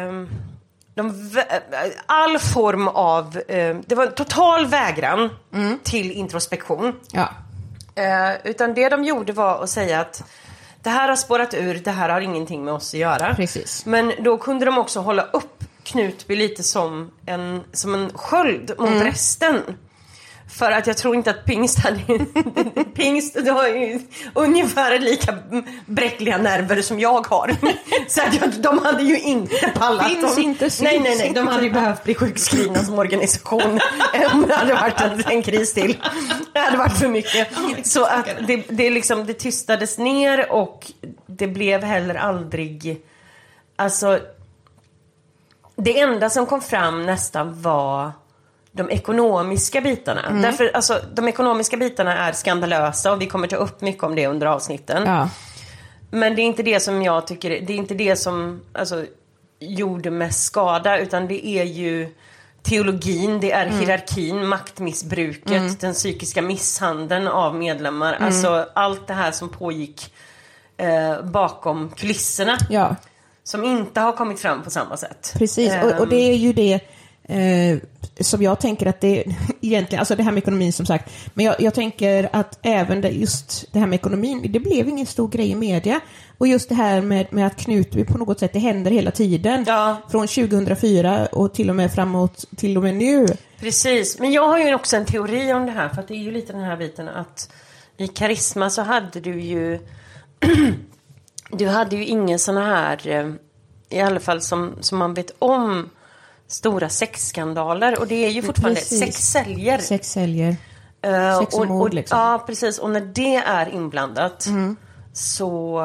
all form av... det var en total vägran till introspektion. Ja. Utan det de gjorde var att säga att det här har spårat ur, det här har ingenting med oss att göra. Precis. Men då kunde de också hålla upp Knutby lite som en sköld mot resten. För att jag tror inte att Pingst det var ju ungefär lika bräckliga nerver som jag har. Så att de hade ju inte pallat. Nej, de hade ju behövt bli sjukskrivna som organisation om det hade varit en kris till. Det hade varit för mycket. Så att det tystades ner, och det blev heller aldrig, alltså det enda som kom fram nästan var de ekonomiska bitarna. Därför, alltså, de ekonomiska bitarna är skandalösa, och vi kommer ta upp mycket om det under avsnitten. Ja. Men det är inte det som jag tycker, det är inte det som alltså, gjorde mest skada, utan det är ju teologin, det är hierarkin, maktmissbruket, den psykiska misshandeln av medlemmar. Alltså allt det här som pågick bakom kulisserna. Ja. Som inte har kommit fram på samma sätt. Precis, och det är ju det som jag tänker att det egentligen, alltså det här med ekonomin som sagt, men jag tänker att även just det här med ekonomin, det blev ingen stor grej i media, och just det här med att Knutby på något sätt, det händer hela tiden, från 2004 och till och med framåt till och med nu. Precis, men jag har ju också en teori om det här, för att det är ju lite den här biten att i Karisma så hade du ju du hade ju ingen sån här, i alla fall som man vet om, stora sexskandaler, och det är ju fortfarande sex säljer. Sex och mord liksom. Ja, precis, och när det är inblandat så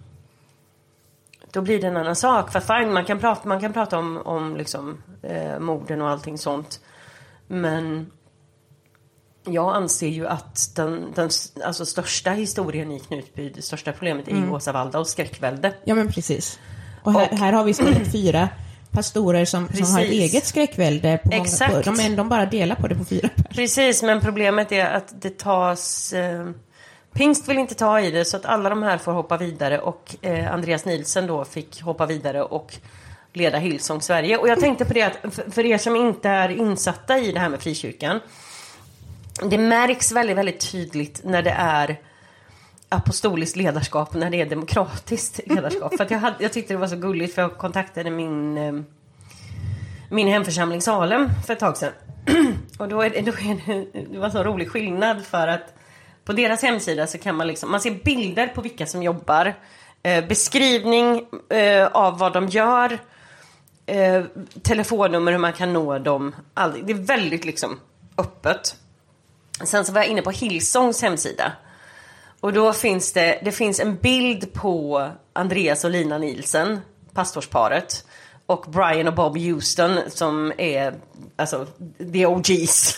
då blir det en annan sak. För fine, man kan prata om liksom morden och allting sånt, men jag anser ju att den alltså största historien i Knutby, det största problemet är Åsa Waldau och skräckvälde. Ja, men precis. Och här har vi istället 4 pastorer som har ett eget skräckvälde. På Exakt. De bara delar på det på 4 personer. Precis, men problemet är att det tas... Pingst vill inte ta i det, så att alla de här får hoppa vidare. Och Andreas Nielsen då fick hoppa vidare och leda Hillsong Sverige. Och jag tänkte på det att för er som inte är insatta i det här med frikyrkan, det märks väldigt, väldigt tydligt när det är apostoliskt ledarskap, när det är demokratiskt ledarskap. För att jag tyckte det var så gulligt, för jag kontaktade min hemförsamling Salem för ett tag sedan. Och då är det var så rolig skillnad, för att på deras hemsida så kan man se bilder på vilka som jobbar, beskrivning av vad de gör, telefonnummer, hur man kan nå dem. Det är väldigt liksom öppet. Sen så var jag inne på Hillsongs hemsida. Och då finns det finns en bild på Andreas och Lina Nielsen, pastorsparet, och Brian och Bob Houston, som är alltså the OGs.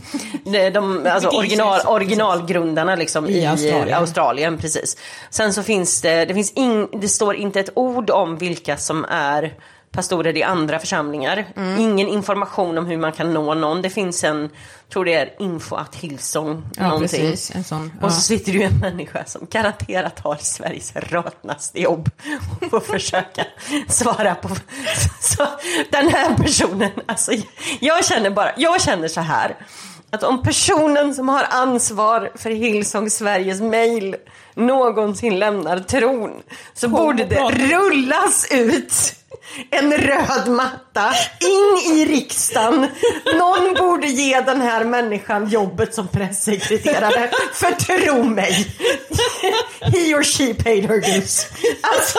Originalgrundarna liksom i Australien, precis. Sen så finns det står inte ett ord om vilka som är pastorer i andra församlingar. Ingen information om hur man kan nå någon. Det finns tror det är info@Hillsong någonting. Precis, en sån, ja. Och så sitter det ju en människa som garanterat har Sveriges rötnaste jobb och försöka svara på. Så den här personen, alltså jag känner så här, att om personen som har ansvar för Hillsong Sveriges mejl någonsin lämnar tron, så borde det rullas ut en röd matta in i riksdagen. Någon borde ge den här människan jobbet som pressekreterare. För tro mig, he or she paid her dues. Alltså,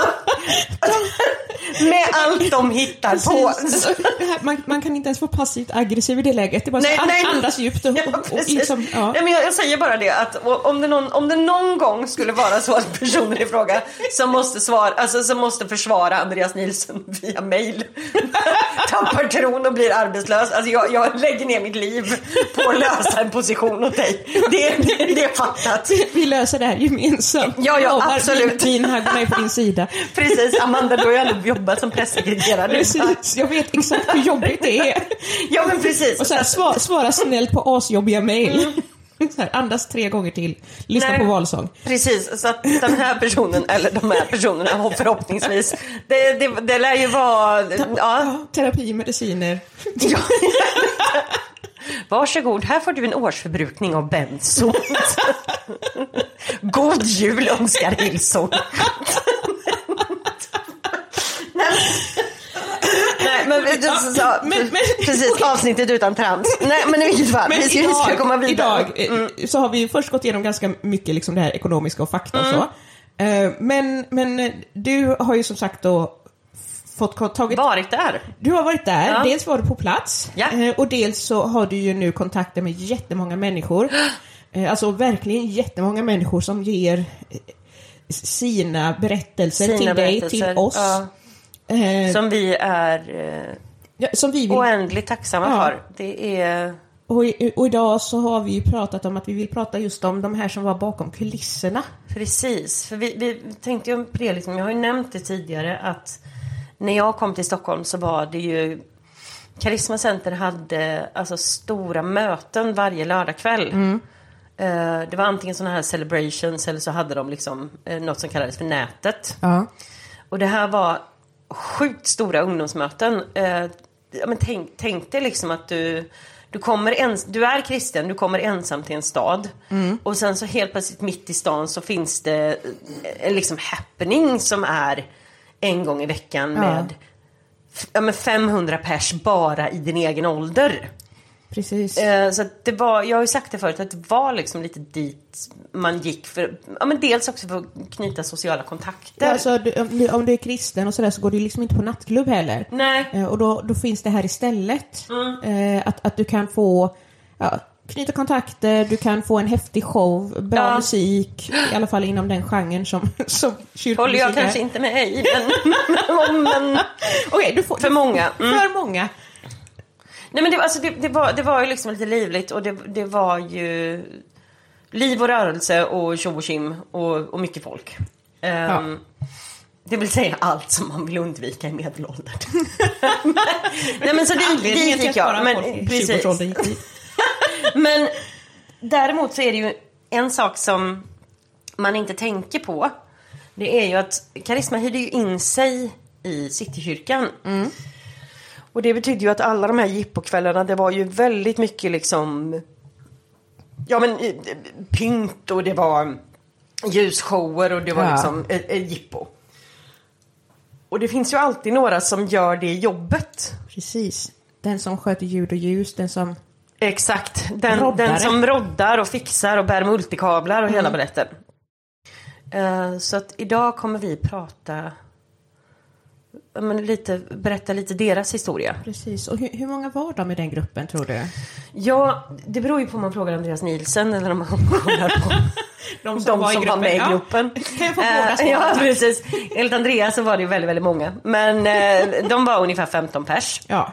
med allt de hittar på. Man kan inte ens få passivt aggressiv i det läget. Det är bara andas djupt och liksom, ja. Nej, men jag säger bara det, att om det någon gång skulle vara så att personen i fråga som måste försvara Andreas Nielsen via mail tappar tron och blir arbetslös, alltså jag lägger ner mitt liv på att lösa en position åt dig. Det är fattat. Vi löser det här gemensamt. Ja, absolut. Din här går mig på din sida. Precis, Amanda, du har ju ändå jobbat som pressekreterare. Precis, jag vet exakt hur jobbigt det är. Ja, men precis. Och så här, svara snällt på asjobbiga mejl. Så här, andas 3 gånger till. Lyssna på valsång. Precis, så att den här personen, eller de här personerna, förhoppningsvis, det lär ju vara terapi, mediciner. Ja. Varsågod, här får du en årsförbrukning av benzo. God jul önskar Hillsong. Precis, avsnittet utan trams. Nej, men i vilket fall, vi ska komma vidare. Idag så har vi först gått igenom ganska mycket liksom det här ekonomiska och fakta och så. Men du har ju som sagt då varit där. Du har varit där. Ja. Dels var du på plats. Ja. Och dels så har du ju nu kontakter med jättemånga människor. Alltså verkligen jättemånga människor som ger sina berättelser till dig, till oss. Ja. Som vi är oändligt tacksamma för. Det är... Och idag så har vi ju pratat om att vi vill prata just om de här som var bakom kulisserna. Precis, för vi tänkte ju på det liksom. Jag har ju nämnt det tidigare att när jag kom till Stockholm så var det ju Karisma Center hade alltså stora möten varje lördagkväll. Det var antingen såna här celebrations eller så hade de liksom något som kallades för nätet. Och det här var sjukt stora ungdomsmöten. Men tänk dig liksom att du är kristen, du kommer ensam till en stad. Och sen så helt plötsligt mitt i stan så finns det en liksom happening som är en gång i veckan med 500 pers bara i din egen ålder. Precis. Så att det var, jag har ju sagt det förut, att det var liksom lite dit man gick för, men dels också för att knyta sociala kontakter. Ja, alltså, om du är kristen och sådär så går du liksom inte på nattklubb heller. Nej. Och då finns det här istället. Att du kan få knyta kontakter, du kan få en häftig show, bra musik, i alla fall inom den genren som kyrkomusik håller jag kanske inte med i, men okej, du får, för många. För många. Nej, men det var ju liksom lite livligt, och det var ju liv och rörelse och tjo och kim och mycket folk. Det vill säga allt som man vill undvika i medelåldern. Nej, men så dit gick jag. Men, precis. Men däremot så är det ju en sak som man inte tänker på. Det är ju att Karisma hyrde ju in sig i Citykyrkan. Och det betyder ju att alla de här jippokvällarna, det var ju väldigt mycket liksom, ja men pynt, och det var ljusshower, och det var liksom jippo. Och det finns ju alltid några som gör det jobbet. Precis. Den som sköter ljud och ljus, den som... Exakt. Den som roddar och fixar och bär multikablar och hela baletten. Så att idag kommer vi berätta lite deras historia. Precis. Och hur många var de i den gruppen, tror du? Ja, det beror ju på om man frågar Andreas Nielsen eller om man kollar på de som var med i gruppen. Kan jag få båda svara? Ja, precis. Enligt Andreas så var det ju väldigt, väldigt många. Men de var ungefär 15 pers. Ja.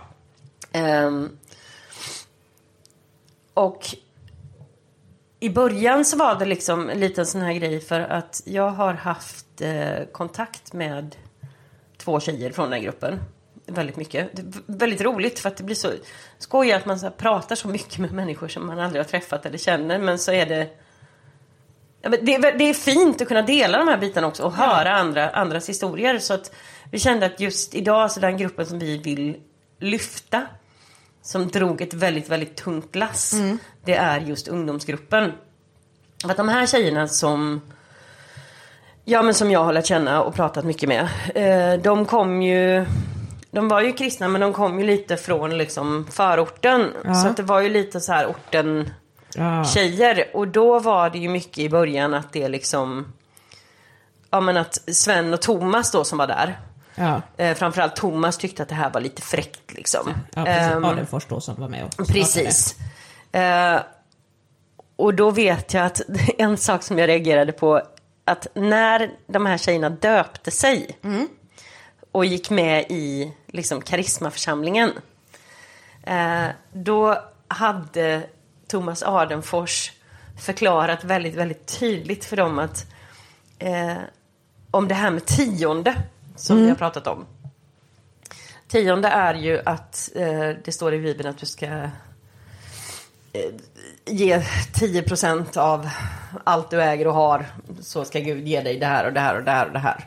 Och i början så var det liksom en liten sån här grej, för att jag har haft kontakt med 2 tjejer från den gruppen. Väldigt mycket. Det är väldigt roligt, för att det blir så skojigt att man så här pratar så mycket med människor som man aldrig har träffat eller känner. Men så är det... Ja, men det är fint att kunna dela de här bitarna också och höra andras historier. Så att vi kände att just idag, så den gruppen som vi vill lyfta, som drog ett väldigt, väldigt tungt lass, det är just ungdomsgruppen. För att de här tjejerna som jag har lärt känna och pratat mycket med, de var ju kristna, men de kom ju lite från liksom förorten. Så att det var ju lite så här orten tjejer. Och då var det ju mycket i början att det liksom, ja men att Sven och Thomas då som var där, framförallt Thomas tyckte att det här var lite fräckt liksom. Ja, precis. Adenfors då som var med och precis. Och då vet jag att en sak som jag reagerade på, att när de här tjejerna döpte sig och gick med i liksom karismaförsamlingen, då hade Thomas Adenfors förklarat väldigt, väldigt tydligt för dem att om det här med 10:e som vi har pratat om. 10:e är ju att det står i Bibeln att du ska ge 10% av allt du äger och har, så ska Gud ge dig det här och det här och det här och det här.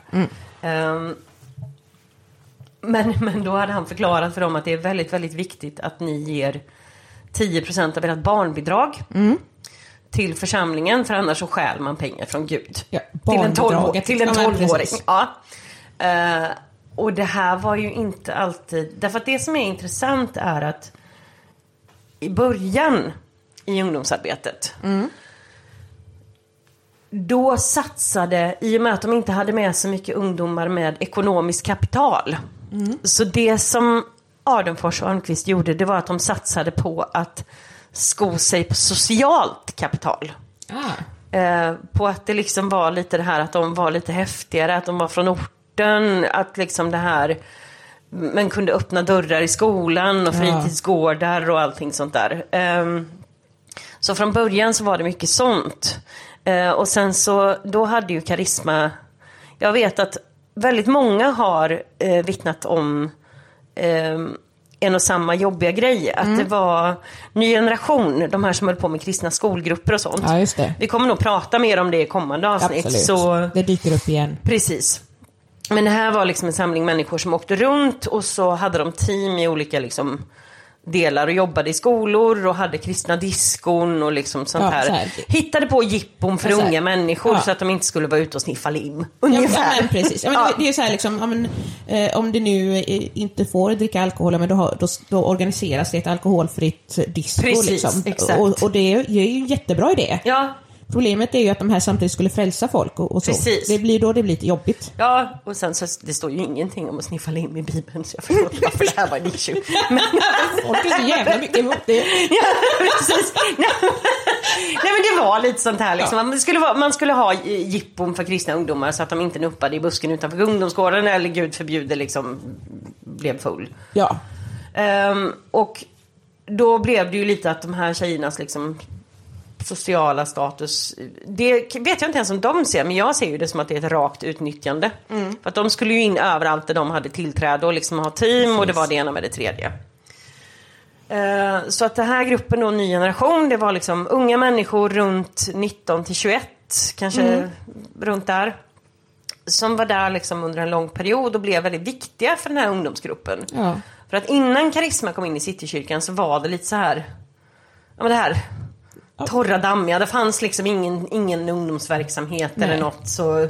Men då hade han förklarat för dem att det är väldigt, väldigt viktigt att ni ger 10% av ert barnbidrag till församlingen, för annars så stjäl man pengar från Gud. Ja, till en 12-åring. Ja. Och det här var ju inte alltid... Därför att det som är intressant är att i början i ungdomsarbetet, då satsade, i och med att de inte hade med så mycket ungdomar med ekonomiskt kapital, så det som Adenfors och Almqvist gjorde, det var att de satsade på att sko sig på socialt kapital. På att det liksom var lite det här att de var lite häftigare, att de var från orten, att liksom det här, men kunde öppna dörrar i skolan och fritidsgårdar och allting sånt där. Så från början så var det mycket sånt. Och sen så, då hade ju Karisma, jag vet att väldigt många har vittnat om en och samma jobbiga grej. Att det var ny generation, de här som höll på med kristna skolgrupper och sånt. Ja, just det. Vi kommer nog prata mer om det i kommande avsnitt. Absolut. Så... det dyker upp igen. Precis. Men det här var liksom en samling människor som åkte runt, och så hade de team i olika liksom delar och jobbade i skolor och hade kristna diskon och liksom sånt här. Hittade på jippon för unga människor så att de inte skulle vara ute och sniffa lim. Ungefär. Ja, men precis. Ja, men det är så här liksom, om det nu inte får dricka alkohol, men då organiseras det ett alkoholfritt disco. Precis, liksom. exakt. Och det är ju en jättebra idé. Ja. Problemet är ju att de här samtidigt skulle frälsa folk och så. Precis. Det blir lite jobbigt. Ja, och sen så det står ju ingenting om att sniffa lim i Bibeln, så jag förstår inte varför det här var en issue. Men folk är så jävla mycket emot det. Ja, precis. Nej, men det var lite sånt här liksom. Man skulle ha jippon för kristna ungdomar så att de inte nuppade i busken utanför ungdomsgården, eller Gud förbjuder liksom blev full. Ja. Och då blev det ju lite att de här tjejernas liksom sociala status. Det vet jag inte ens om de ser, men jag ser ju det som att det är ett rakt utnyttjande. För att de skulle ju in överallt där de hade tillträde och liksom ha team, och det var det ena med det tredje. Så att den här gruppen då, ny generation, det var liksom unga människor runt 19 till 21, kanske runt där, som var där liksom under en lång period och blev väldigt viktiga för den här ungdomsgruppen. Ja. För att innan Karisma kom in i Citykyrkan så var det lite så här, ja men det här torra dammiga, det fanns liksom ingen ungdomsverksamhet. Nej. Eller något, så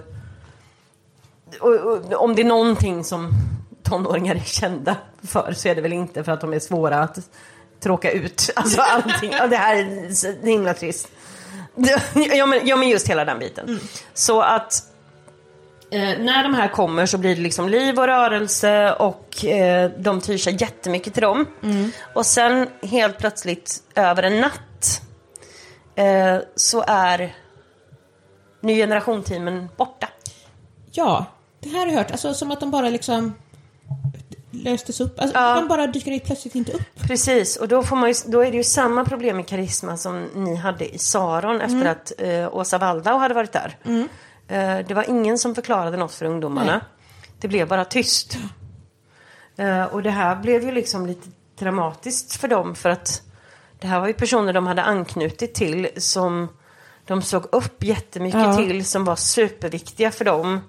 och om det är någonting som tonåringar är kända för, så är det väl inte för att de är svåra att tråka ut. Alltså allting, det här är himla trist. Ja men just hela den biten. Så att när de här kommer så blir det liksom liv och rörelse, och de tyr sig jättemycket till dem. Och sen helt plötsligt över en natt så är ny generation-teamen borta. Ja, det här har jag hört. Alltså som att de bara liksom löstes upp. Alltså, de bara dyker plötsligt inte upp. Precis, och då är det ju samma problem i Karisma som ni hade i Saron efter att Åsa Waldau hade varit där. Det var ingen som förklarade något för ungdomarna. Nej. Det blev bara tyst. Och det här blev ju liksom lite dramatiskt för dem, för att det här var ju personer de hade anknutit till, som de såg upp jättemycket till, som var superviktiga för dem.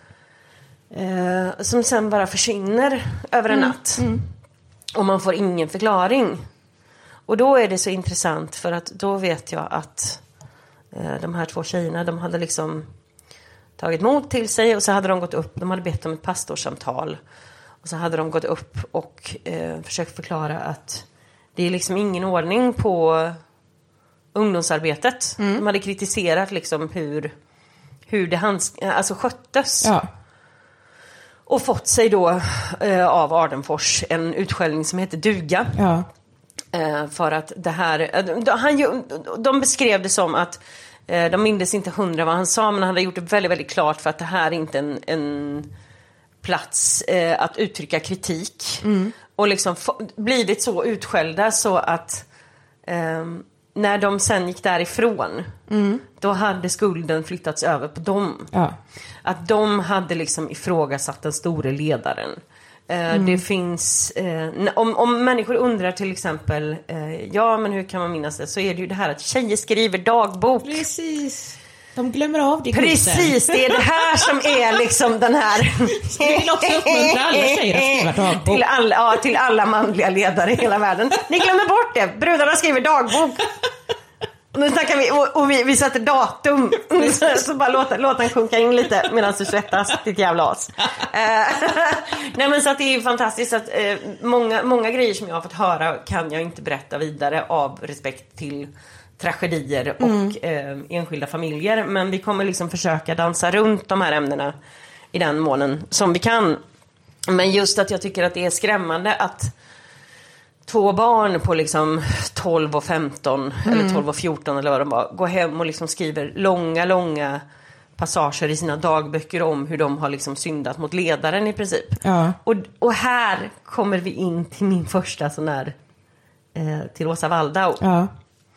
Som sen bara försvinner över en natt. Och man får ingen förklaring. Och då är det så intressant, för att då vet jag att de här två tjejerna, de hade liksom tagit mod till sig, och så hade de gått upp, de hade bett om ett pastorssamtal, och så hade de gått upp och försökt förklara att det är liksom ingen ordning på ungdomsarbetet. De hade kritiserat liksom hur det sköttes. Ja. Och fått sig då av Ardenfors en utskällning som heter duga. Ja. För att det här, de beskrev det som att de mindes inte 100 vad han sa, men han hade gjort det väldigt, väldigt klart för att det här är inte en plats att uttrycka kritik. Och liksom blivit så utskällda så att när de sen gick därifrån, då hade skulden flyttats över på dem. Ja. Att de hade liksom ifrågasatt den store ledaren. Det finns om människor undrar till exempel men hur kan man minnas det, så är det ju det här att tjejer skriver dagbok. Precis. De glömmer av det. Precis, det är det här som är liksom den här. Vi vill också uppmuntra alla tjejer att skriva dagbok. Till alla manliga ledare i hela världen. Ni glömmer bort det. Brudarna skriver dagbok. Och nu snackar vi sätter datum. Så bara låt den sjunka in lite medan du svettas, ditt jävla as. Nej, men så att det är fantastiskt att många grejer som jag har fått höra kan jag inte berätta vidare av respekt till tragedier och enskilda familjer. Men vi kommer liksom försöka dansa runt de här ämnena i den månen som vi kan. Men just att jag tycker att det är skrämmande att 2 barn på liksom 12 och 15 eller 12 och 14 eller vad de var, går hem och liksom skriver långa passager i sina dagböcker om hur de har liksom syndat mot ledaren i princip. Ja. Och här kommer vi in till min första sån här till Åsa Waldau. Ja.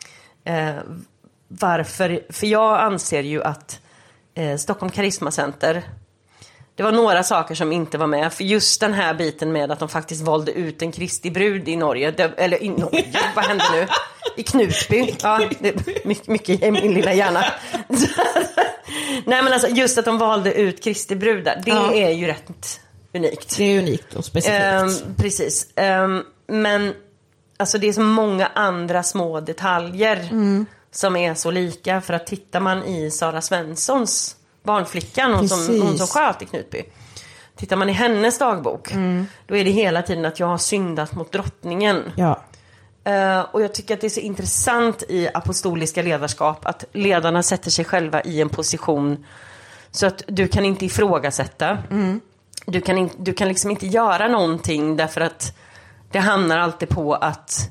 Varför? För jag anser ju att Stockholm Karisma Center, det var några saker som inte var med. För just den här biten med att de faktiskt valde ut en Kristi brud i Norge. Eller i Norge, vad hände nu? I Knutby. Ja, det är mycket i min lilla hjärna. Nej, men alltså just att de valde ut Kristi brudar, det är ju rätt unikt. Det är unikt och specifikt. Precis. Men alltså det är så många andra små detaljer som är så lika. För att tittar man i Sara Svenssons barnflickan, hon som sköt i Knutby. Tittar man i hennes dagbok, då är det hela tiden att jag har syndat mot drottningen. Ja. Och jag tycker att det är så intressant i apostoliska ledarskap att ledarna sätter sig själva i en position så att du kan inte ifrågasätta. Du kan liksom inte göra någonting därför att det hamnar alltid på att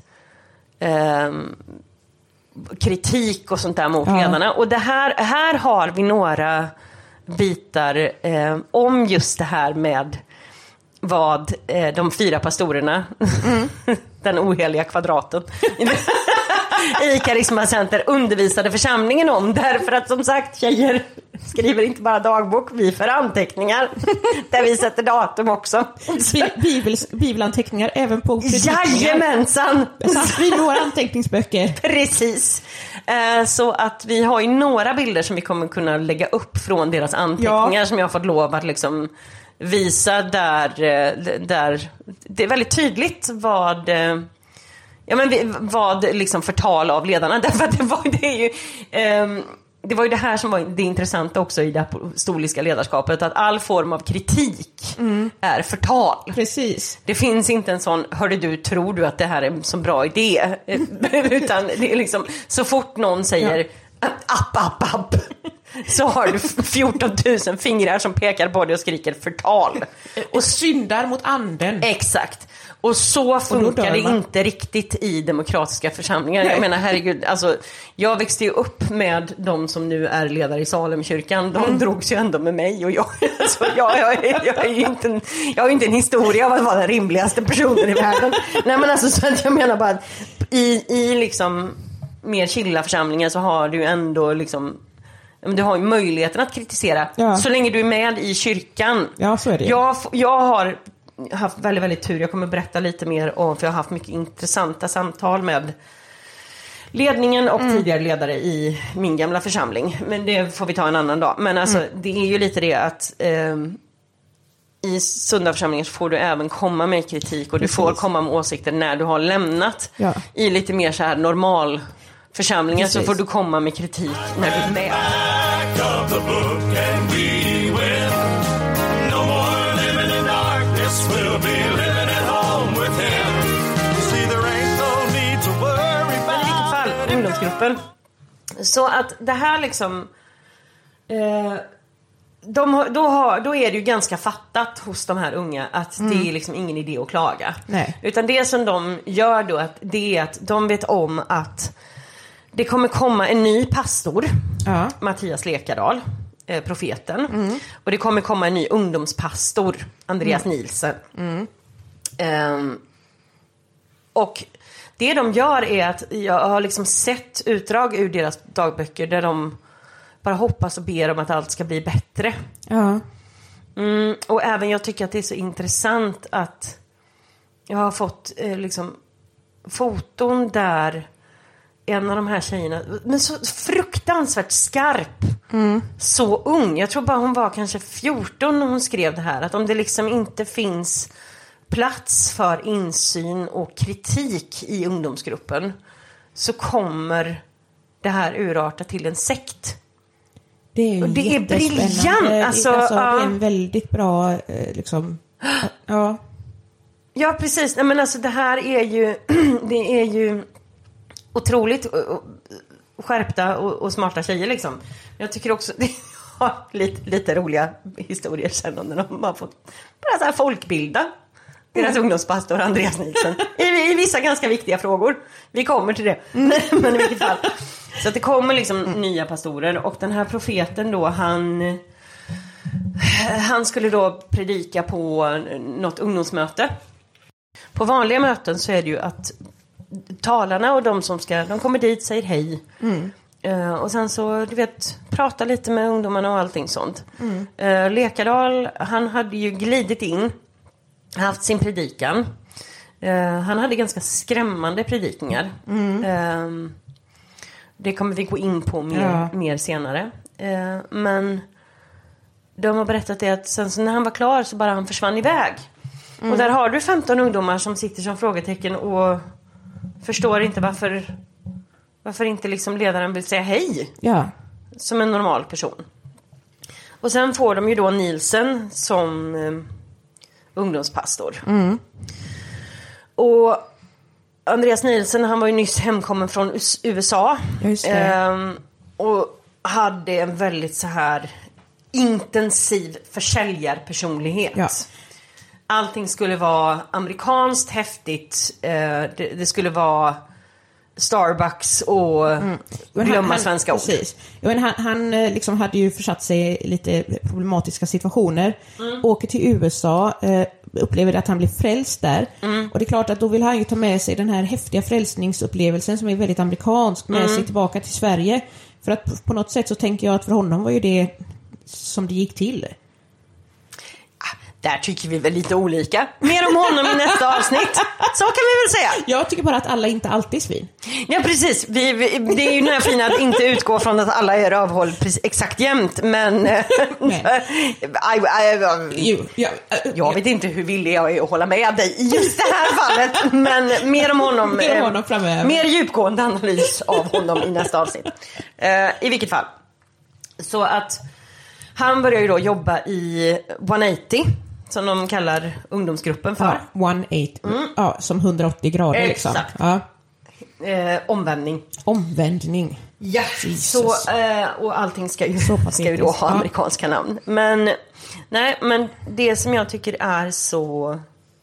kritik och sånt där mot ledarna. Och det här har vi några bitar om just det här med vad de 4 pastorerna den oheliga kvadraten i Karisma Center undervisade församlingen om. Därför att som sagt, tjejer skriver inte bara dagbok, vi för anteckningar. Där vi sätter datum också. Bibelanteckningar även på Jajamensan! Vi når anteckningsböcker. Precis. Så att vi har ju några bilder som vi kommer kunna lägga upp från deras anteckningar som jag har fått lov att liksom visa där det är väldigt tydligt vad liksom förtal av ledarna, därför att det var ju det här som var det intressanta också i det apostoliska ledarskapet, att all form av kritik är förtal. Precis. Det finns inte en sån, hörde du, tror du att det här är en så bra idé? Utan det är liksom, så fort någon säger app, så har du 14 000 fingrar som pekar på dig och skriker förtal. Och syndar mot anden. Exakt. Och så funkar det inte riktigt i demokratiska församlingar. Jag menar, herregud, alltså, jag växte ju upp med de som nu är ledare i Salemkyrkan. De drogs ju ändå med mig. Och jag har ju inte en historia av att vara den rimligaste personen i världen. Nej, men alltså, så att jag menar bara att i liksom mer chilla församlingar så har du ändå liksom, du har ju möjligheten att kritisera så länge du är med i kyrkan. Ja, så är det. Jag har haft väldigt, väldigt tur. Jag kommer berätta lite mer om, för jag har haft mycket intressanta samtal med ledningen och tidigare ledare i min gamla församling. Men det får vi ta en annan dag. Men alltså, det är ju lite det att i sunda församlingar så får du även komma med kritik och du får komma med åsikter när du har lämnat. I lite mer så här normal församlingar så får du komma med kritik när du är med. Ungdomsgruppen. Så att det här liksom då är det ju ganska fattat hos de här unga att det är liksom ingen idé att klaga. Nej. Utan det som de gör då det är att de vet om att det kommer komma en ny pastor, Mattias Lekardal, profeten. Och det kommer komma en ny ungdomspastor, Andreas Nielsen. Och det de gör är att jag har liksom sett utdrag ur deras dagböcker där de bara hoppas och ber om att allt ska bli bättre. Och även jag tycker att det är så intressant att jag har fått liksom foton där en av de här tjejerna, men så fruktansvärt skarp, så ung, jag tror bara hon var kanske 14 när hon skrev det här, att om det liksom inte finns plats för insyn och kritik i ungdomsgruppen så kommer det här urarta till en sekt. Det är, och det är briljant. Alltså, det är en väldigt bra liksom, ja, precis. Nej, men alltså det här är ju det är ju otroligt skärpta och smarta tjejer liksom. Jag tycker också det har lite roliga historier sen när de har fått bara så här folkbilda deras ungdomspastor Andreas Nielsen i vissa ganska viktiga frågor. Vi kommer till det. Men i vilket fall. Så att det kommer liksom nya pastorer. Och den här profeten då, han skulle då predika på något ungdomsmöte. På vanliga möten så är det ju att talarna och de kommer dit, säger hej. Och sen så, du vet, prata lite med ungdomarna och allting sånt. Lekardal, han hade ju glidit in, haft sin predikan. Han hade ganska skrämmande predikningar. Det kommer vi gå in på mer senare. Men de har berättat det att sen så när han var klar så bara han försvann iväg. Och där har du 15 ungdomar som sitter som frågetecken och förstår inte varför inte liksom ledaren vill säga hej. Som en normal person. Och sen får de ju då Nielsen som ungdomspastor. Och Andreas Nielsen, han var ju nyss hemkommen från USA. Just det. Och hade en väldigt så här intensiv försäljarpersonlighet. Allting skulle vara amerikanskt, häftigt. Det skulle vara Starbucks och glömma svenska ord. Precis. Han liksom hade ju försatt sig i lite problematiska situationer. Åker till USA, upplever att han blir frälst där. Och det är klart att då vill han ju ta med sig den här häftiga frälsningsupplevelsen som är väldigt amerikansk med sig tillbaka till Sverige. För att på något sätt så tänker jag att för honom var ju det som det gick till. Där tycker vi väl lite olika. Mer om honom i nästa avsnitt. Så kan vi väl säga. Jag tycker bara att alla inte alltid är svin. Ja, precis. Det är ju den här fina att inte utgå från att alla är avhåll exakt jämt. Men jag vet inte hur villig jag är att hålla med dig i just det här fallet. Men mer om honom. Mer djupgående analys av honom i nästa avsnitt. I vilket fall. Så att han börjar ju då jobba i 180. Som de kallar ungdomsgruppen för. Ja, 180. Ja, som 180 grader liksom. Exakt. Ja. Omvändning. Ja, så, och allting ska ju då ha amerikanska namn. Men det som jag tycker är så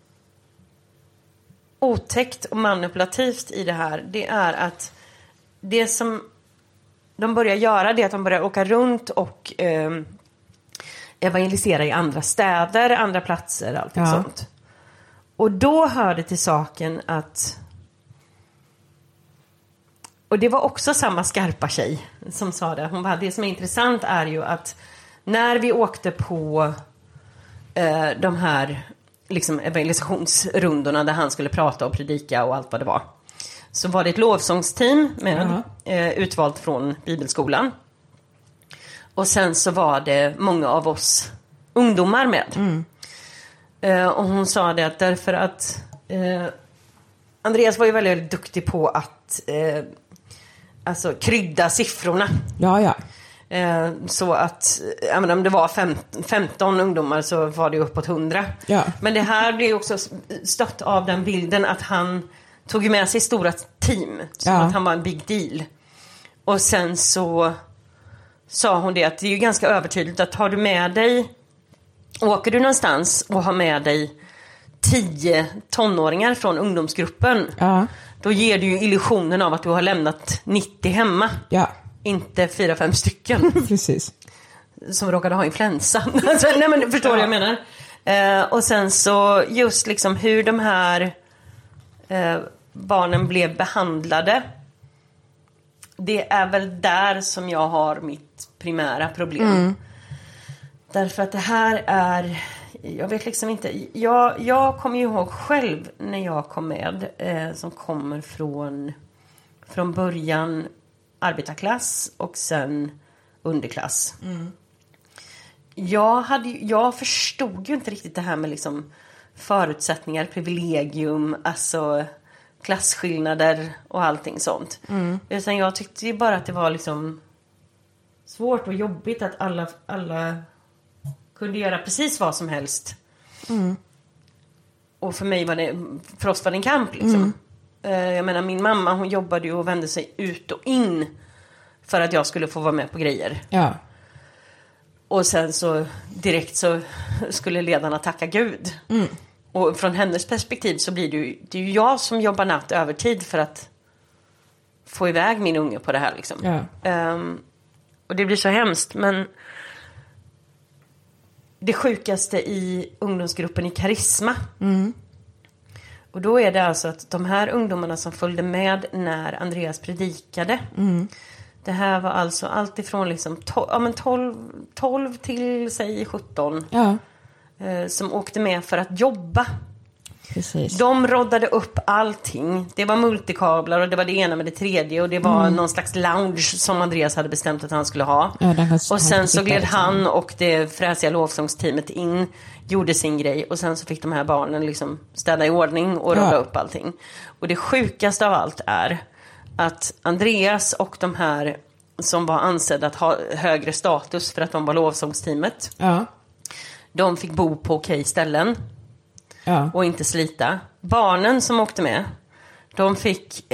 otäckt och manipulativt i det här, det är att det som de börjar göra, det är att de börjar åka runt och evangelisera i andra städer, andra platser, allt sånt. Och då hör det till saken att, och det var också samma skarpa tjej som sa det. Hon bara, det som är intressant är ju att när vi åkte på de här liksom evangelisationsrundorna där han skulle prata och predika och allt vad det var, så var det ett lovsångsteam med utvalt från bibelskolan. Och sen så var det många av oss ungdomar med. Och hon sa det att därför att Andreas var ju väldigt, väldigt duktig på att alltså krydda siffrorna. Ja. Så att om det var 15 ungdomar så var det uppåt 100. Ja. Men det här blev också stött av den bilden att han tog med sig stora team. Så att han var en big deal. Och sen så sa hon det att det är ju ganska övertydligt att har du med dig, åker du någonstans och har med dig 10 tonåringar från ungdomsgruppen, då ger du ju illusionen av att du har lämnat 90 hemma. Ja. Inte 4-5 stycken. Precis. Som råkade ha influensa. Alltså, nej, men förstår du vad jag menar? Och sen så just liksom hur de här barnen blev behandlade. Det är väl där som jag har mitt primära problem. Därför att det här är, jag vet liksom inte, jag kommer ju ihåg själv när jag kom med, som kommer från början arbetarklass och sen underklass. Jag förstod ju inte riktigt det här med liksom förutsättningar, privilegium, alltså klasskillnader och allting sånt. Utan jag tyckte ju bara att det var liksom svårt och jobbigt att alla kunde göra precis vad som helst. Och för oss var det en kamp liksom. Jag menar, min mamma, hon jobbade ju och vände sig ut och in för att jag skulle få vara med på grejer. Ja. Och sen så direkt så skulle ledarna tacka Gud. Och från hennes perspektiv så blir det är ju jag som jobbar natt övertid för att få iväg min unge på det här liksom. Och det blir så hemskt, men det sjukaste i ungdomsgruppen i Karisma. Och då är det alltså att de här ungdomarna som följde med när Andreas predikade. Det här var alltså allt ifrån liksom 12 till säg 17. Som åkte med för att jobba. Precis. De roddade upp allting. Det var multikablar och det var det ena med det tredje. Och det var någon slags lounge som Andreas hade bestämt att han skulle ha. Och sen så gled han och det fräsiga lovsångsteamet in, gjorde sin grej. Och sen så fick de här barnen liksom städa i ordning och rodda upp allting. Och det sjukaste av allt är att Andreas och de här som var ansedda att ha högre status för att de var lovsångsteamet, de fick bo på okej ställen. Och inte slita. Barnen som åkte med, de fick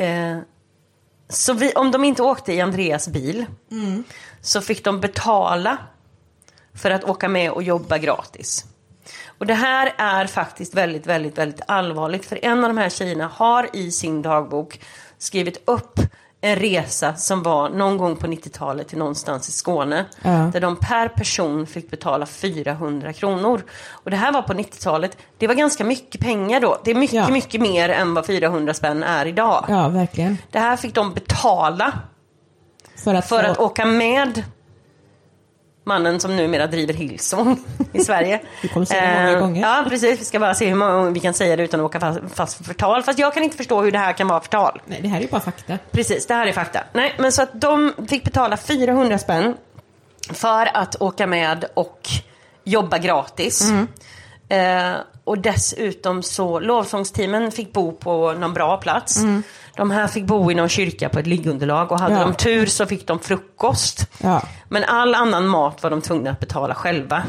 om de inte åkte i Andreas bil, så fick de betala för att åka med och jobba gratis. Och det här är faktiskt väldigt, väldigt, väldigt allvarligt. För en av de här tjejerna har i sin dagbok skrivit upp en resa som var någon gång på 90-talet till någonstans i Skåne. Där de per person fick betala 400 kronor. Och det här var på 90-talet. Det var ganska mycket pengar då. Det är mycket, mycket mer än vad 400 spänn är idag. Ja, verkligen. Det här fick de betala för att åka med mannen som numera driver Hillsong i Sverige. Vi kommer säga det många gånger. Ja, precis. Vi ska bara se hur många gånger vi kan säga det utan att åka fast för förtal. Fast jag kan inte förstå hur det här kan vara förtal. Nej, det här är ju bara fakta. Precis, det här är fakta. Nej, men så att de fick betala 400 spänn för att åka med och jobba gratis. Och dessutom så lovsångsteamen fick bo på någon bra plats. De här fick bo i någon kyrka på ett liggunderlag. Och hade de tur så fick de frukost. Ja. Men all annan mat var de tvungna att betala själva.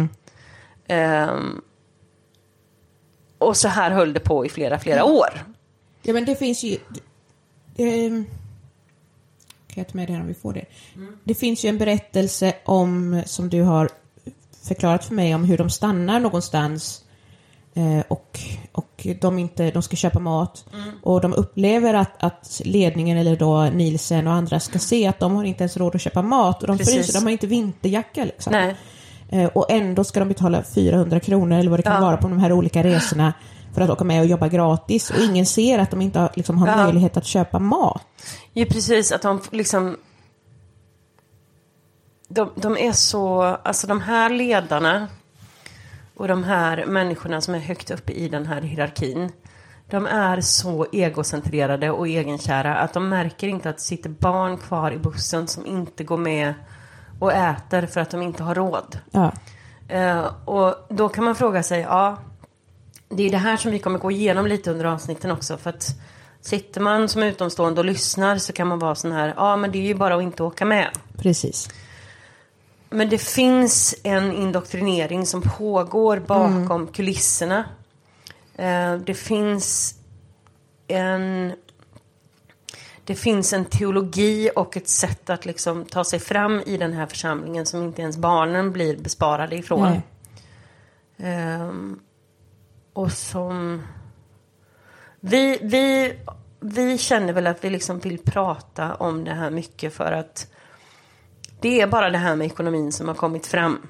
Och så här höll det på i flera år. Ja, men det finns ju... kan jag ta med det här om vi får det? Det finns ju en berättelse om, som du har förklarat för mig, om hur de stannar någonstans och de ska köpa mat och de upplever att ledningen eller då Nielsen och andra ska se att de har inte ens råd att köpa mat och de fryser, de har inte vinterjacka liksom. Nej. Och ändå ska de betala 400 kronor eller vad det kan vara på de här olika resorna för att åka med och jobba gratis och ingen ser att de inte har möjlighet att köpa mat. Ja, precis, att de liksom de är så, alltså de här ledarna och de här människorna som är högt uppe i den här hierarkin, de är så egocentrerade och egenkära att de märker inte att det sitter barn kvar i bussen som inte går med och äter för att de inte har råd. Ja. Och då kan man fråga sig, det är det här som vi kommer gå igenom lite under avsnitten också, för att sitter man som utomstående och lyssnar så kan man vara sån här, men det är ju bara att inte åka med. Precis. Men det finns en indoktrinering som pågår bakom kulisserna. Det finns en teologi och ett sätt att liksom ta sig fram i den här församlingen som inte ens barnen blir besparade ifrån. Och som vi känner väl att vi liksom vill prata om det här mycket för att det är bara det här med ekonomin som har kommit fram.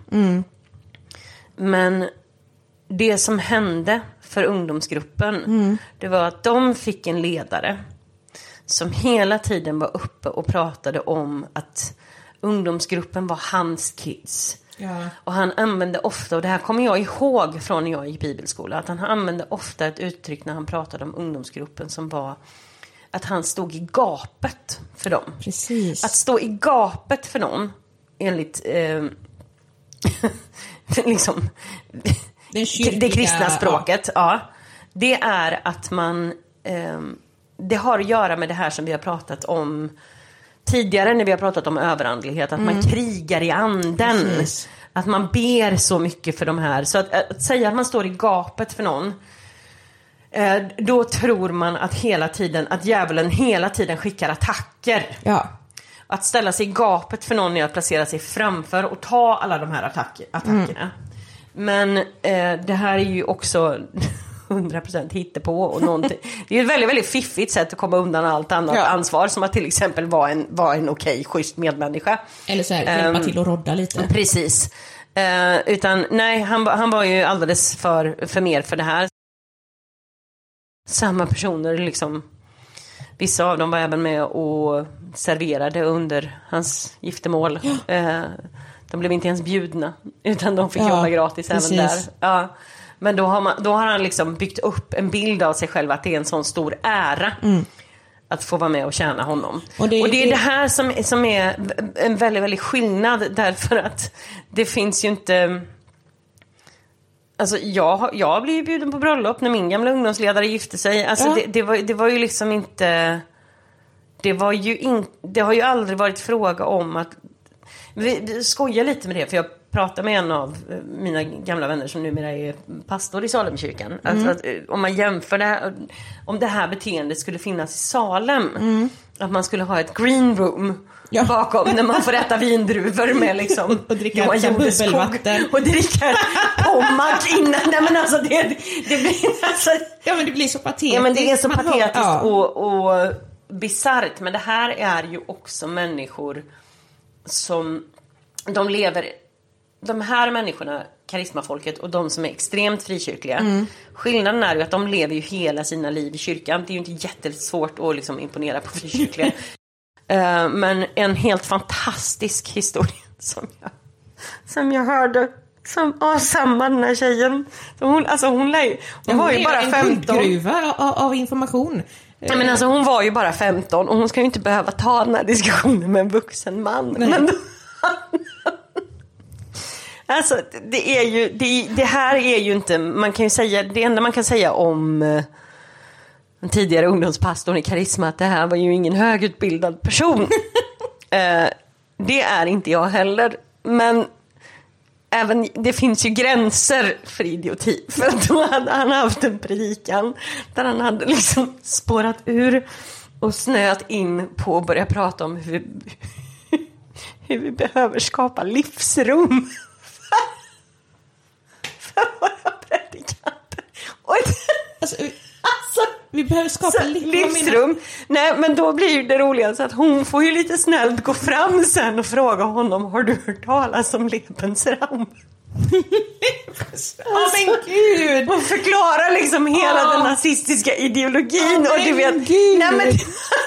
Men det som hände för ungdomsgruppen, det var att de fick en ledare som hela tiden var uppe och pratade om att ungdomsgruppen var hans kids. Ja. Och han använde ofta, och det här kommer jag ihåg från när jag gick bibelskola, att han använde ofta ett uttryck när han pratade om ungdomsgruppen som var att han stod i gapet för dem. Precis. Att stå i gapet för dem enligt liksom det kristna språket, det är att man det har att göra med det här som vi har pratat om tidigare när vi har pratat om överandlighet, att man krigar i anden. Precis. Att man ber så mycket för de här. Så att säga att man står i gapet för någon, då tror man att djävulen hela tiden skickar attacker. Ja. Att ställa sig i gapet för någon är att placera sig framför och ta alla de här attackerna. Men det här är ju också 100% hittepå och någonting. Det är ett väldigt, väldigt fiffigt sätt att komma undan allt annat ansvar, som att till exempel vara en okej, schysst medmänniska. Eller så här, hjälpa till att rodda lite. Precis. Utan nej, han var ju alldeles för mer för det här. Samma personer liksom. Vissa av dem var även med och serverade under hans giftermål. De blev inte ens bjudna, utan de fick jobba gratis även där. Ja. Men då har han liksom byggt upp en bild av sig själv att det är en sån stor ära att få vara med och tjäna honom. Och det är det här som är en väldigt, väldigt skillnad, därför att det finns ju inte... Alltså jag blev bjuden på bröllop när min gamla ungdomsledare gifte sig. Alltså det var ju liksom inte... Det har ju aldrig varit fråga om att... Vi skojar lite med det, för jag pratade med en av mina gamla vänner som numera är pastor i Salemkyrkan. Alltså att om man jämför det här, om det här beteendet skulle finnas i Salem, att man skulle ha ett green room bakom när man får äta vindruvor med liksom och dricka bubbelvatten och dricka pommac innan. Nej, men alltså det blir alltså, men det blir så patetiskt. Ja, men det är så patetiskt bizarrt. Men det här är ju också människor som de här människorna, karismafolket och de som är extremt frikyrkliga. Skillnaden är ju att de lever ju hela sina liv i kyrkan. Det är ju inte jättesvårt att liksom imponera på frikyrkliga. Men en helt fantastisk historia som jag hörde samma den här tjejen. Hon var ju bara 15. En gruva av information. Men alltså hon var ju bara 15 och hon ska ju inte behöva ta den här diskussionen med en vuxen man. Men alltså det här är ju inte, man kan ju säga, det enda man kan säga om den tidigare ungdomspastorn i Karisma, att det här var ju ingen högutbildad person. Det är inte jag heller, men även det finns ju gränser för idioti. För då hade han haft en predikan där han hade liksom spårat ur och snöat in på att börja prata om hur vi behöver skapa livsrum för våra predikanter. Alltså, vi behöver skapa livsrum. Nej, men då blir det roliga så att hon får ju lite snällt gå fram sen och fråga honom: har du hört talas om Lebensraum? Men gud! Hon förklarar liksom hela den nazistiska ideologin och du vet. Gud. Nej, men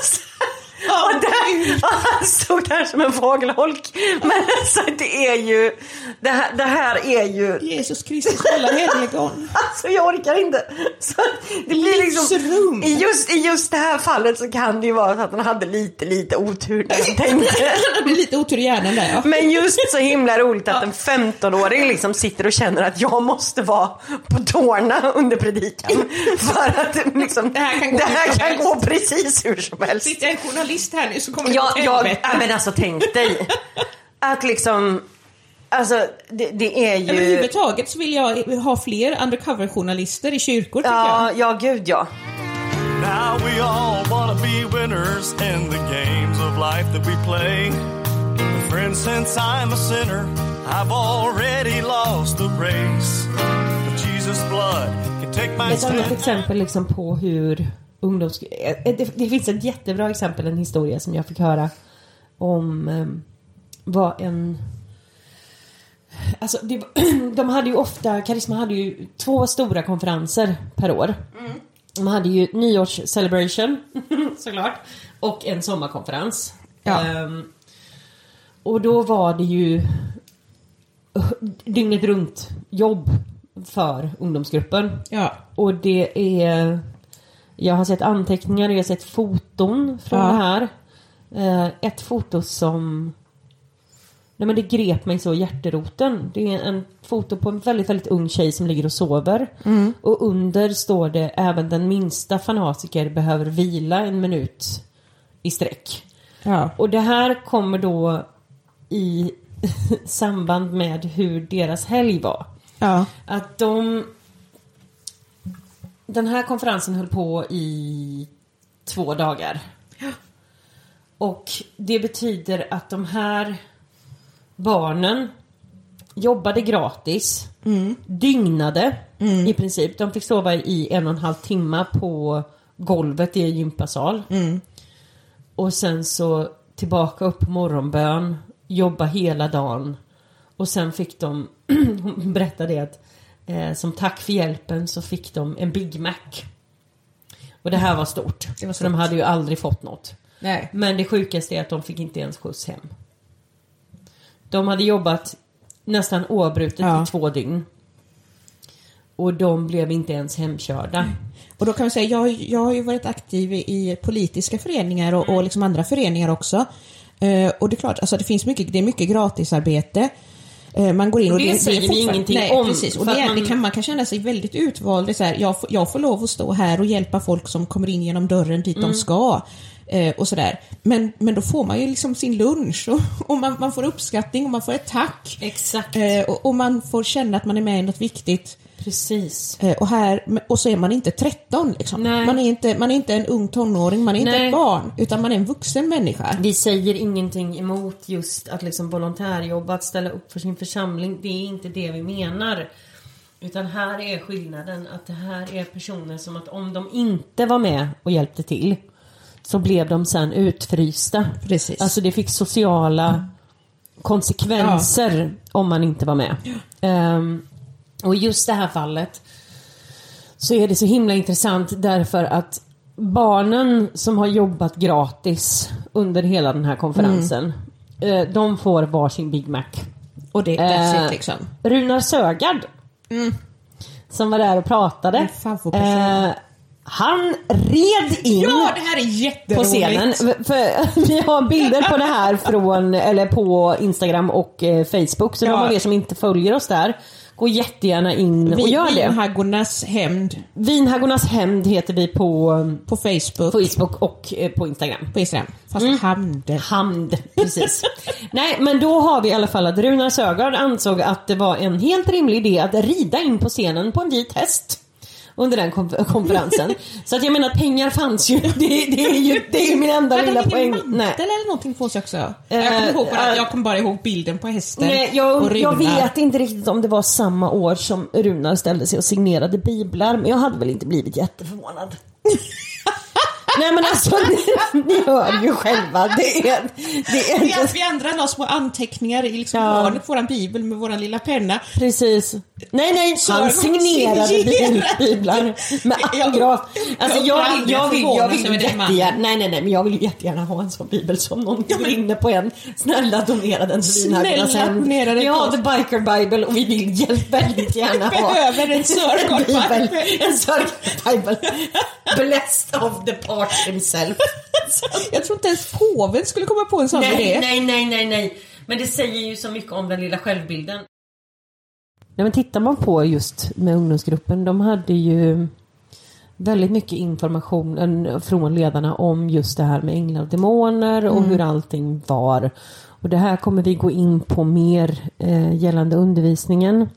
och han stod där som en fågelholk. Men alltså det är ju det här är ju Jesus Kristus alla helgon. Alltså jag orkar inte. Så det blir liksom i just det här fallet så kan det ju vara så att han hade lite otur när han tänkte. Det blir lite otur i hjärnan där, ja. Men just så himla roligt att en 15-åring liksom sitter och känner att jag måste vara på tårna under predikan för att liksom, det här kan gå precis hur som helst. Sitter en journalist här nu så kommer men alltså tänk dig att liksom, alltså det är ju överhuvudtaget så vill jag ha fler undercover-journalister i kyrkor, tycker jag. Ja, gud ja. Now we all wanna be winners in the games of life that we play. But friend, since I'm a sinner, I've already lost the race. But Jesus' blood can take my Ett annat exempel liksom på hur det finns ett jättebra exempel, en historia som jag fick höra om vad en... Alltså de hade ju ofta, Karisma hade ju 2 stora konferenser per år. De hade ju nyårscelebration såklart och en sommarkonferens. Ja. Och då var det ju dygnet runt jobb för ungdomsgruppen. Ja. Och det är... Jag har sett anteckningar och jag har sett foton från det här. Ett foto som... Nej, men det grep mig så i hjärteroten. Det är en foto på en väldigt, väldigt ung tjej som ligger och sover. Och under står det: även den minsta fanatiker behöver vila 1 minut i sträck. Ja. Och det här kommer då i samband med hur deras helg var. Ja. Att den här konferensen höll på i 2 dagar. Och det betyder att de här barnen jobbade gratis. Dygnade i princip. De fick sova i 1,5 timme på golvet i en gympasal. Och sen så tillbaka upp på morgonbön. Jobba hela dagen. Och sen fick de... Hon berättade att som tack för hjälpen så fick de en Big Mac. Och det här var stort. Så de hade ju aldrig fått något. Nej. Men det sjukaste är att de fick inte ens skjuts hem. De hade jobbat nästan oavbrutet i 2 dygn. Och de blev inte ens hemkörda. Och då kan man säga, jag har ju varit aktiv i politiska föreningar och liksom andra föreningar också. Och det är klart, alltså det är mycket gratisarbete. Man går in och det säger vi ingenting om. Precis. Och man kan känna sig väldigt utvald. Så här, jag får lov att stå här och hjälpa folk som kommer in genom dörren dit de ska. Och sådär. Men då får man ju liksom sin lunch och man får uppskattning och man får ett tack. Exakt. Och man får känna att man är med i något viktigt. Precis. Och så är man inte 13 liksom. Man är inte en ung tonåring, man är inte ett barn, utan man är en vuxen människa. Vi säger ingenting emot just att liksom volontärjobba, att ställa upp för sin församling. Det är inte det vi menar. Utan här är skillnaden att det här är personer som att om de inte var med och hjälpte till, så blev de sen utfrysta. Precis. Alltså det fick sociala konsekvenser om man inte var med. Och just det här fallet så är det så himla intressant därför att barnen som har jobbat gratis under hela den här konferensen, de får varsin Big Mac. Och det är it, liksom. Runar Sögaard som var där och pratade, han red in det här är jätteroligt. på scenen. För vi har bilder på det här på Instagram och Facebook. Så de av er som inte följer oss där, gå jättegärna in och gör det. Vinhaggornas hämnd. Vinhaggornas hämnd heter vi på Facebook och på Instagram. På Instagram. Fast hamd, precis. Nej, men då har vi i alla fall att Runar Sögaard ansåg att det var en helt rimlig idé att rida in på scenen på en vit häst under den konferensen. Så att jag menar, pengar fanns ju. Det är ju min enda lilla poäng. Nej. Eller någonting på sig också. Jag kommer bara ihåg bilden på hästen. Nej, jag vet inte riktigt om det var samma år som Runar ställde sig och signerade biblar, men jag hade väl inte blivit jätteförvånad. Nej, men alltså, ni hör ju själva. Det är att vi andra la små anteckningar i liksom hörnet på våran bibel med våran lilla penna. Precis. Nej, han signerade biblar med autograf. Alltså jag vill jättegärna. Nej, men jag vill jättegärna ha en sån bibel som någon är inne på en. Snälla, donera den till Vinhaggornas hämnd. Vi har The Biker Bible och vi vill väldigt gärna ha en sörgård-bible. En sörgård-bible. Blessed of the part himself. Jag tror inte ens påven skulle komma på en sån idé. Nej. Men det säger ju så mycket om den lilla självbilden. Nej, men tittar man på just med ungdomsgruppen, de hade ju väldigt mycket information från ledarna om just det här med änglar och demoner och hur allting var. Och det här kommer vi gå in på mer gällande undervisningen.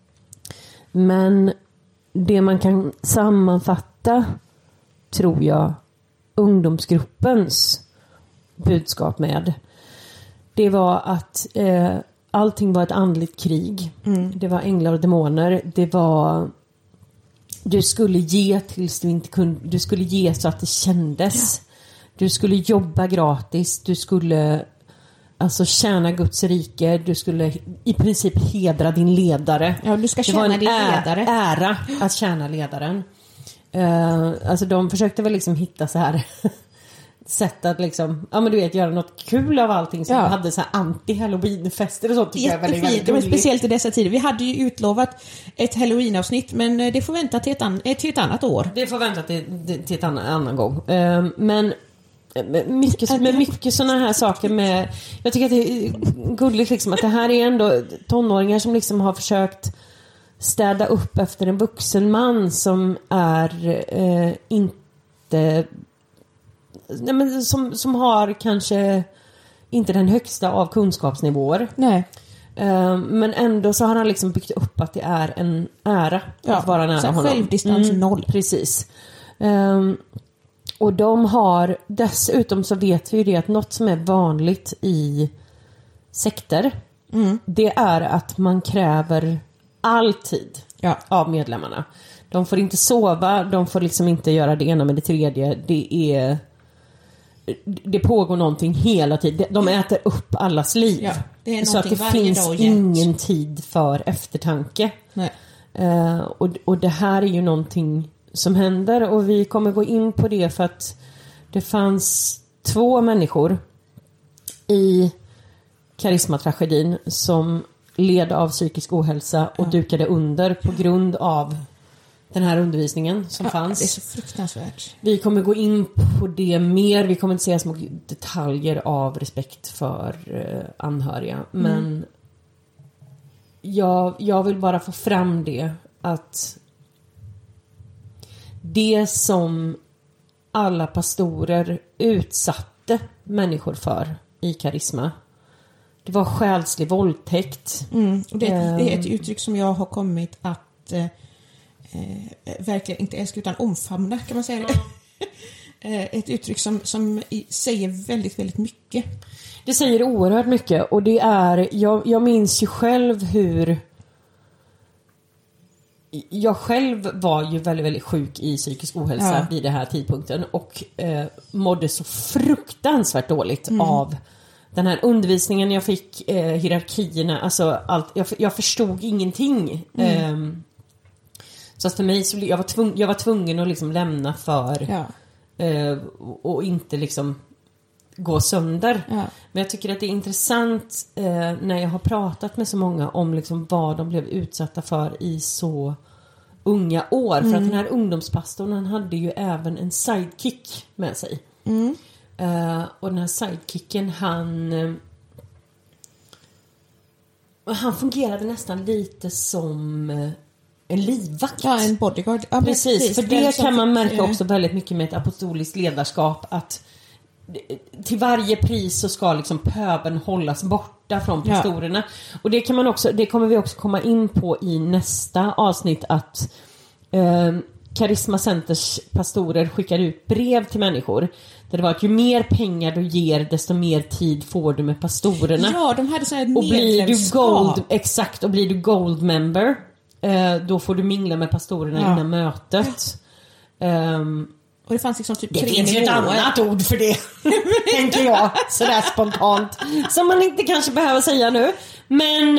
Men det man kan sammanfatta, tror jag, ungdomsgruppens budskap med, det var att allting var ett andligt krig. Det var änglar och demoner. Det var, du skulle ge tills du inte kunde, du skulle ge så att det kändes. Du skulle jobba gratis. Du skulle alltså tjäna Guds rike. Du skulle i princip hedra din ledare. Ja, du ska tjäna din ledare. Ära att tjäna ledaren. Alltså de försökte väl liksom hitta så här sätt att liksom, ja men du vet, göra något kul av allting som hade så här anti-halloween-fester och sånt. Jättefint, det var speciellt i dessa tider. Vi hade ju utlovat ett Halloween-avsnitt, men det får vänta till ett annat år. Det får vänta till ett annan gång. Men mycket sådana här saker med, jag tycker att det är gulligt liksom, att det här är ändå tonåringar som liksom har försökt städa upp efter en vuxen man som är inte, nej, men som har kanske inte den högsta av kunskapsnivåer. Nej. Men ändå så har han liksom byggt upp att det är en ära att vara nära honom. Självdistans noll. Precis. Och de har, dessutom så vet vi ju det att något som är vanligt i sekter, det är att man kräver alltid av medlemmarna. De får inte sova, de får liksom inte göra det ena med det tredje. Det pågår någonting hela tiden. De äter upp allas liv. Ja, det är så att det finns ingen tid för eftertanke. Nej. Och det här är ju någonting som händer, och vi kommer gå in på det för att det fanns 2 människor i karismatragedin som led av psykisk ohälsa och dukade under på grund av den här undervisningen som fanns. Det är så fruktansvärt. Vi kommer gå in på det mer. Vi kommer inte säga små detaljer av respekt för anhöriga. Men jag vill bara få fram det, att det som alla pastorer utsatte människor för i karisma, det var själslig våldtäkt. Och det är ett uttryck som jag har kommit att verkligen inte älska utan omfamna, kan man säga det. Ett uttryck som säger väldigt, väldigt mycket. Det säger oerhört mycket, och det är, jag minns ju själv hur jag själv var ju väldigt, väldigt sjuk i psykisk ohälsa vid den här tidpunkten och mådde så fruktansvärt dåligt av den här undervisningen jag fick, hierarkierna, alltså allt, jag förstod ingenting. Så att för mig så jag var tvungen att liksom lämna för och inte liksom gå sönder. Men jag tycker att det är intressant när jag har pratat med så många om liksom vad de blev utsatta för i så unga år. För att den här ungdomspastorn, han hade ju även en sidekick med sig. Och den här sidekicken, han fungerade nästan lite som en livvakt. Ja, en bodyguard. Ja, precis, för det kan man märka också väldigt mycket med ett apostoliskt ledarskap, att till varje pris så ska liksom pöbeln hållas borta från pastorerna. Och det kan man också, det kommer vi också komma in på i nästa avsnitt, att Karisma Centers pastorer skickar ut brev till människor där det var att ju mer pengar du ger, desto mer tid får du med pastorerna. Ja, de hade så här och blir du gold, exakt, och blir du gold member, då får du mingla med pastorerna innan mötet. Och det fanns liksom typ det 3 finns ju ett annat ord för det, tänker jag, sådär spontant, som man inte kanske behöver säga nu. Men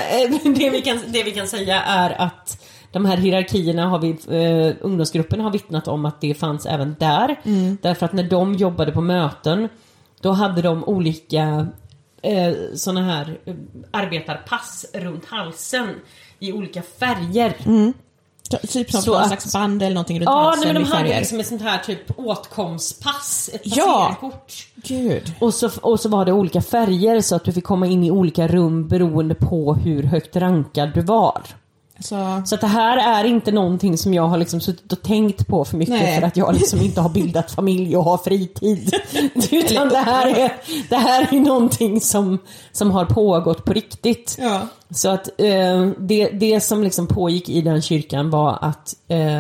det vi kan säga är att de här hierarkierna har ungdomsgruppen har vittnat om att det fanns även där. Därför att när de jobbade på möten, då hade de olika såna här arbetarpass runt halsen i olika färger. Typ som någon slags band eller någonting runt halsen. Ja, men de hade liksom ett sånt här typ åtkomstpass, ett passerkort. Gud. Och så var det olika färger, så att du fick komma in i olika rum beroende på hur högt rankad du var. Så att det här är inte någonting som jag har liksom suttit och tänkt på för mycket, för att jag liksom inte har bildat familj och har fritid. Utan det här är någonting som har pågått på riktigt. Ja. Så att det som liksom pågick i den kyrkan var att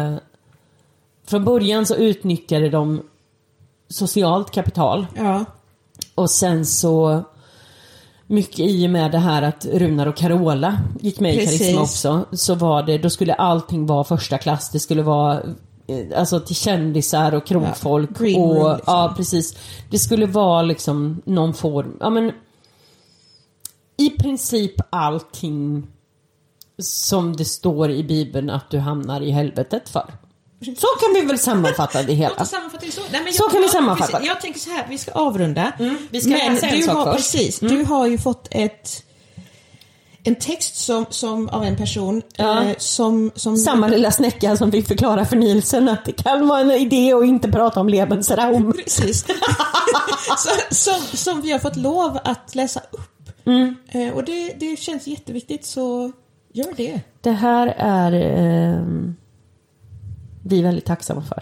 från början så utnyttjade de socialt kapital. Ja. Och sen så mycket i och med det här att Runar och Carola gick med i Karisma också, så var det, då skulle allting vara första klass. Det skulle vara alltså till kändisar och krogfolk och liksom. Ja, precis. Det skulle vara liksom någon form, ja men i princip allting som det står i Bibeln att du hamnar i helvetet för. Så kan vi väl sammanfatta det hela. Så kan vi sammanfatta. Jag tänker så här, vi ska avrunda. Vi ska läsa en sak först. Precis, du har ju fått en text som av en person som samma lilla snäcka som fick förklara för Nielsen att det kan vara en idé att inte prata om Lebensraum. Precis. som vi har fått lov att läsa upp. Och det känns jätteviktigt, så gör det. Det här är vi är väldigt tacksamma för.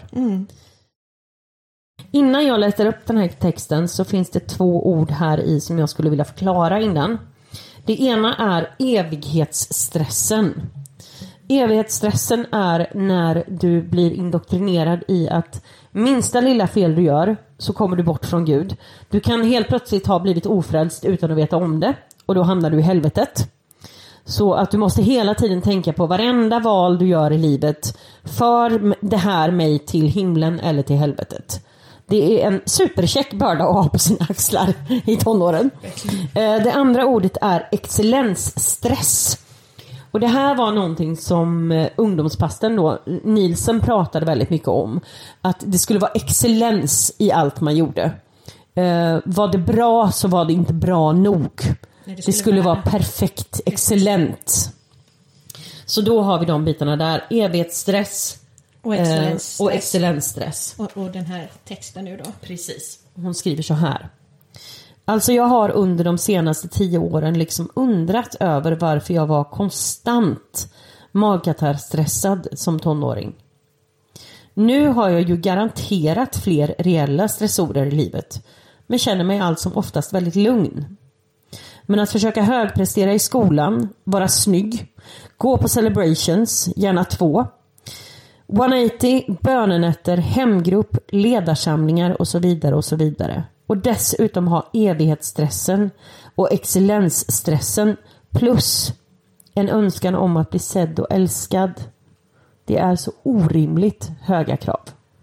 Innan jag läser upp den här texten så finns det 2 ord här i som jag skulle vilja förklara innan. Det ena är evighetsstressen. Evighetsstressen är när du blir indoktrinerad i att minsta lilla fel du gör så kommer du bort från Gud. Du kan helt plötsligt ha blivit ofrälst utan att veta om det, och då hamnar du i helvetet. Så att du måste hela tiden tänka på varenda val du gör i livet. För det här mig till himlen eller till helvetet. Det är en supercheck börda att ha på sina axlar i tonåren. Det andra ordet är excellensstress. Och det här var någonting som ungdomspastorn då, Nielsen, pratade väldigt mycket om. Att det skulle vara excellens i allt man gjorde. Var det bra så var det inte bra nog. Det skulle vara perfekt, excellent. Så då har vi de bitarna där. Evighetsstress och excellensstress. Och den här texten nu då. Precis. Hon skriver så här. Alltså jag har under de senaste 10 åren liksom undrat över varför jag var konstant magkatarrstressad som tonåring. Nu har jag ju garanterat fler reella stressorer i livet, men känner mig allt som oftast väldigt lugn. Men att försöka högprestera i skolan, vara snygg, gå på celebrations, gärna 2, 180, bönenätter, hemgrupp, ledarsamlingar och så vidare och så vidare. Och dessutom ha evighetsstressen och excellensstressen plus en önskan om att bli sedd och älskad. Det är så orimligt höga krav.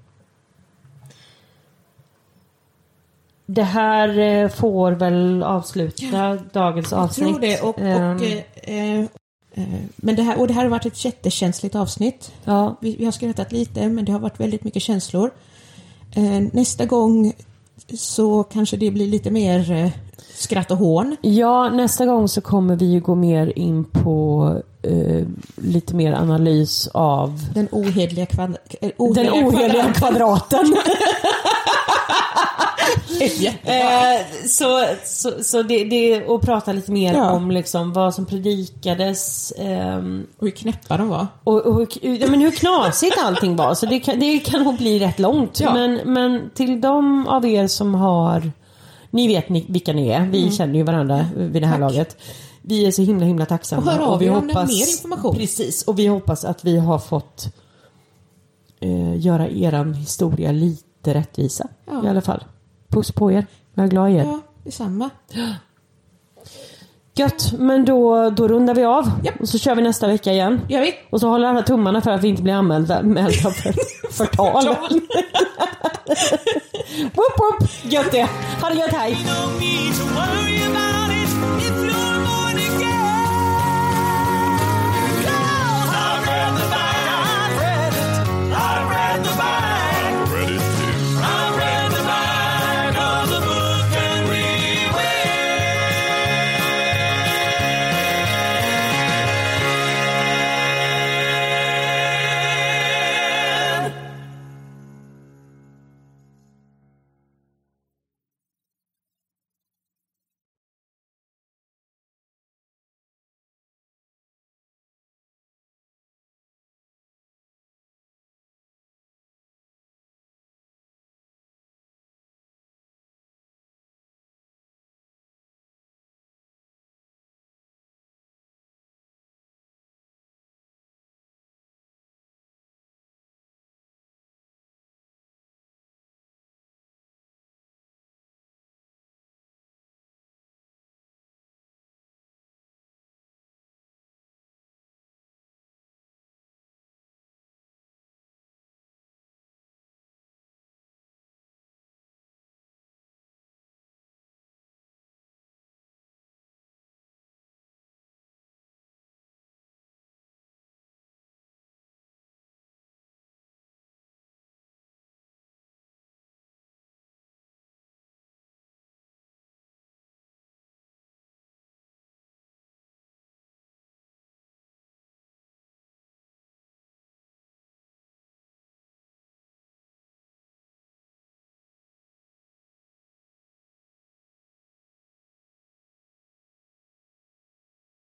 Det här får väl avsluta dagens avsnitt. Jag tror det. Men det här har varit ett jättekänsligt avsnitt. Ja. Vi har skrattat lite, men det har varit väldigt mycket känslor. Nästa gång så kanske det blir lite mer skratt och hån. Ja, nästa gång så kommer vi ju gå mer in på lite mer analys av den ohederliga kvadraten. Så det och prata lite mer om liksom vad som predikades och hur knäppa de var och men hur knasigt allting var, så det kan nog bli rätt långt, men till de av er som har, ni vet vilka ni är, vi känner ju varandra vid det här laget. Vi är så himla tacksamma och vi hoppas mer information. Precis, och vi hoppas att vi har fått göra eran historia lite rättvisa i alla fall. Puss på er. Jag är glad i er. Ja, detsamma. Gött, men då rundar vi av. Ja. Och så kör vi nästa vecka igen. Gör vi. Och så håller alla tummarna för att vi inte blir anmälda för förtal. Woop woop. Gött det. Ha det gött, hej.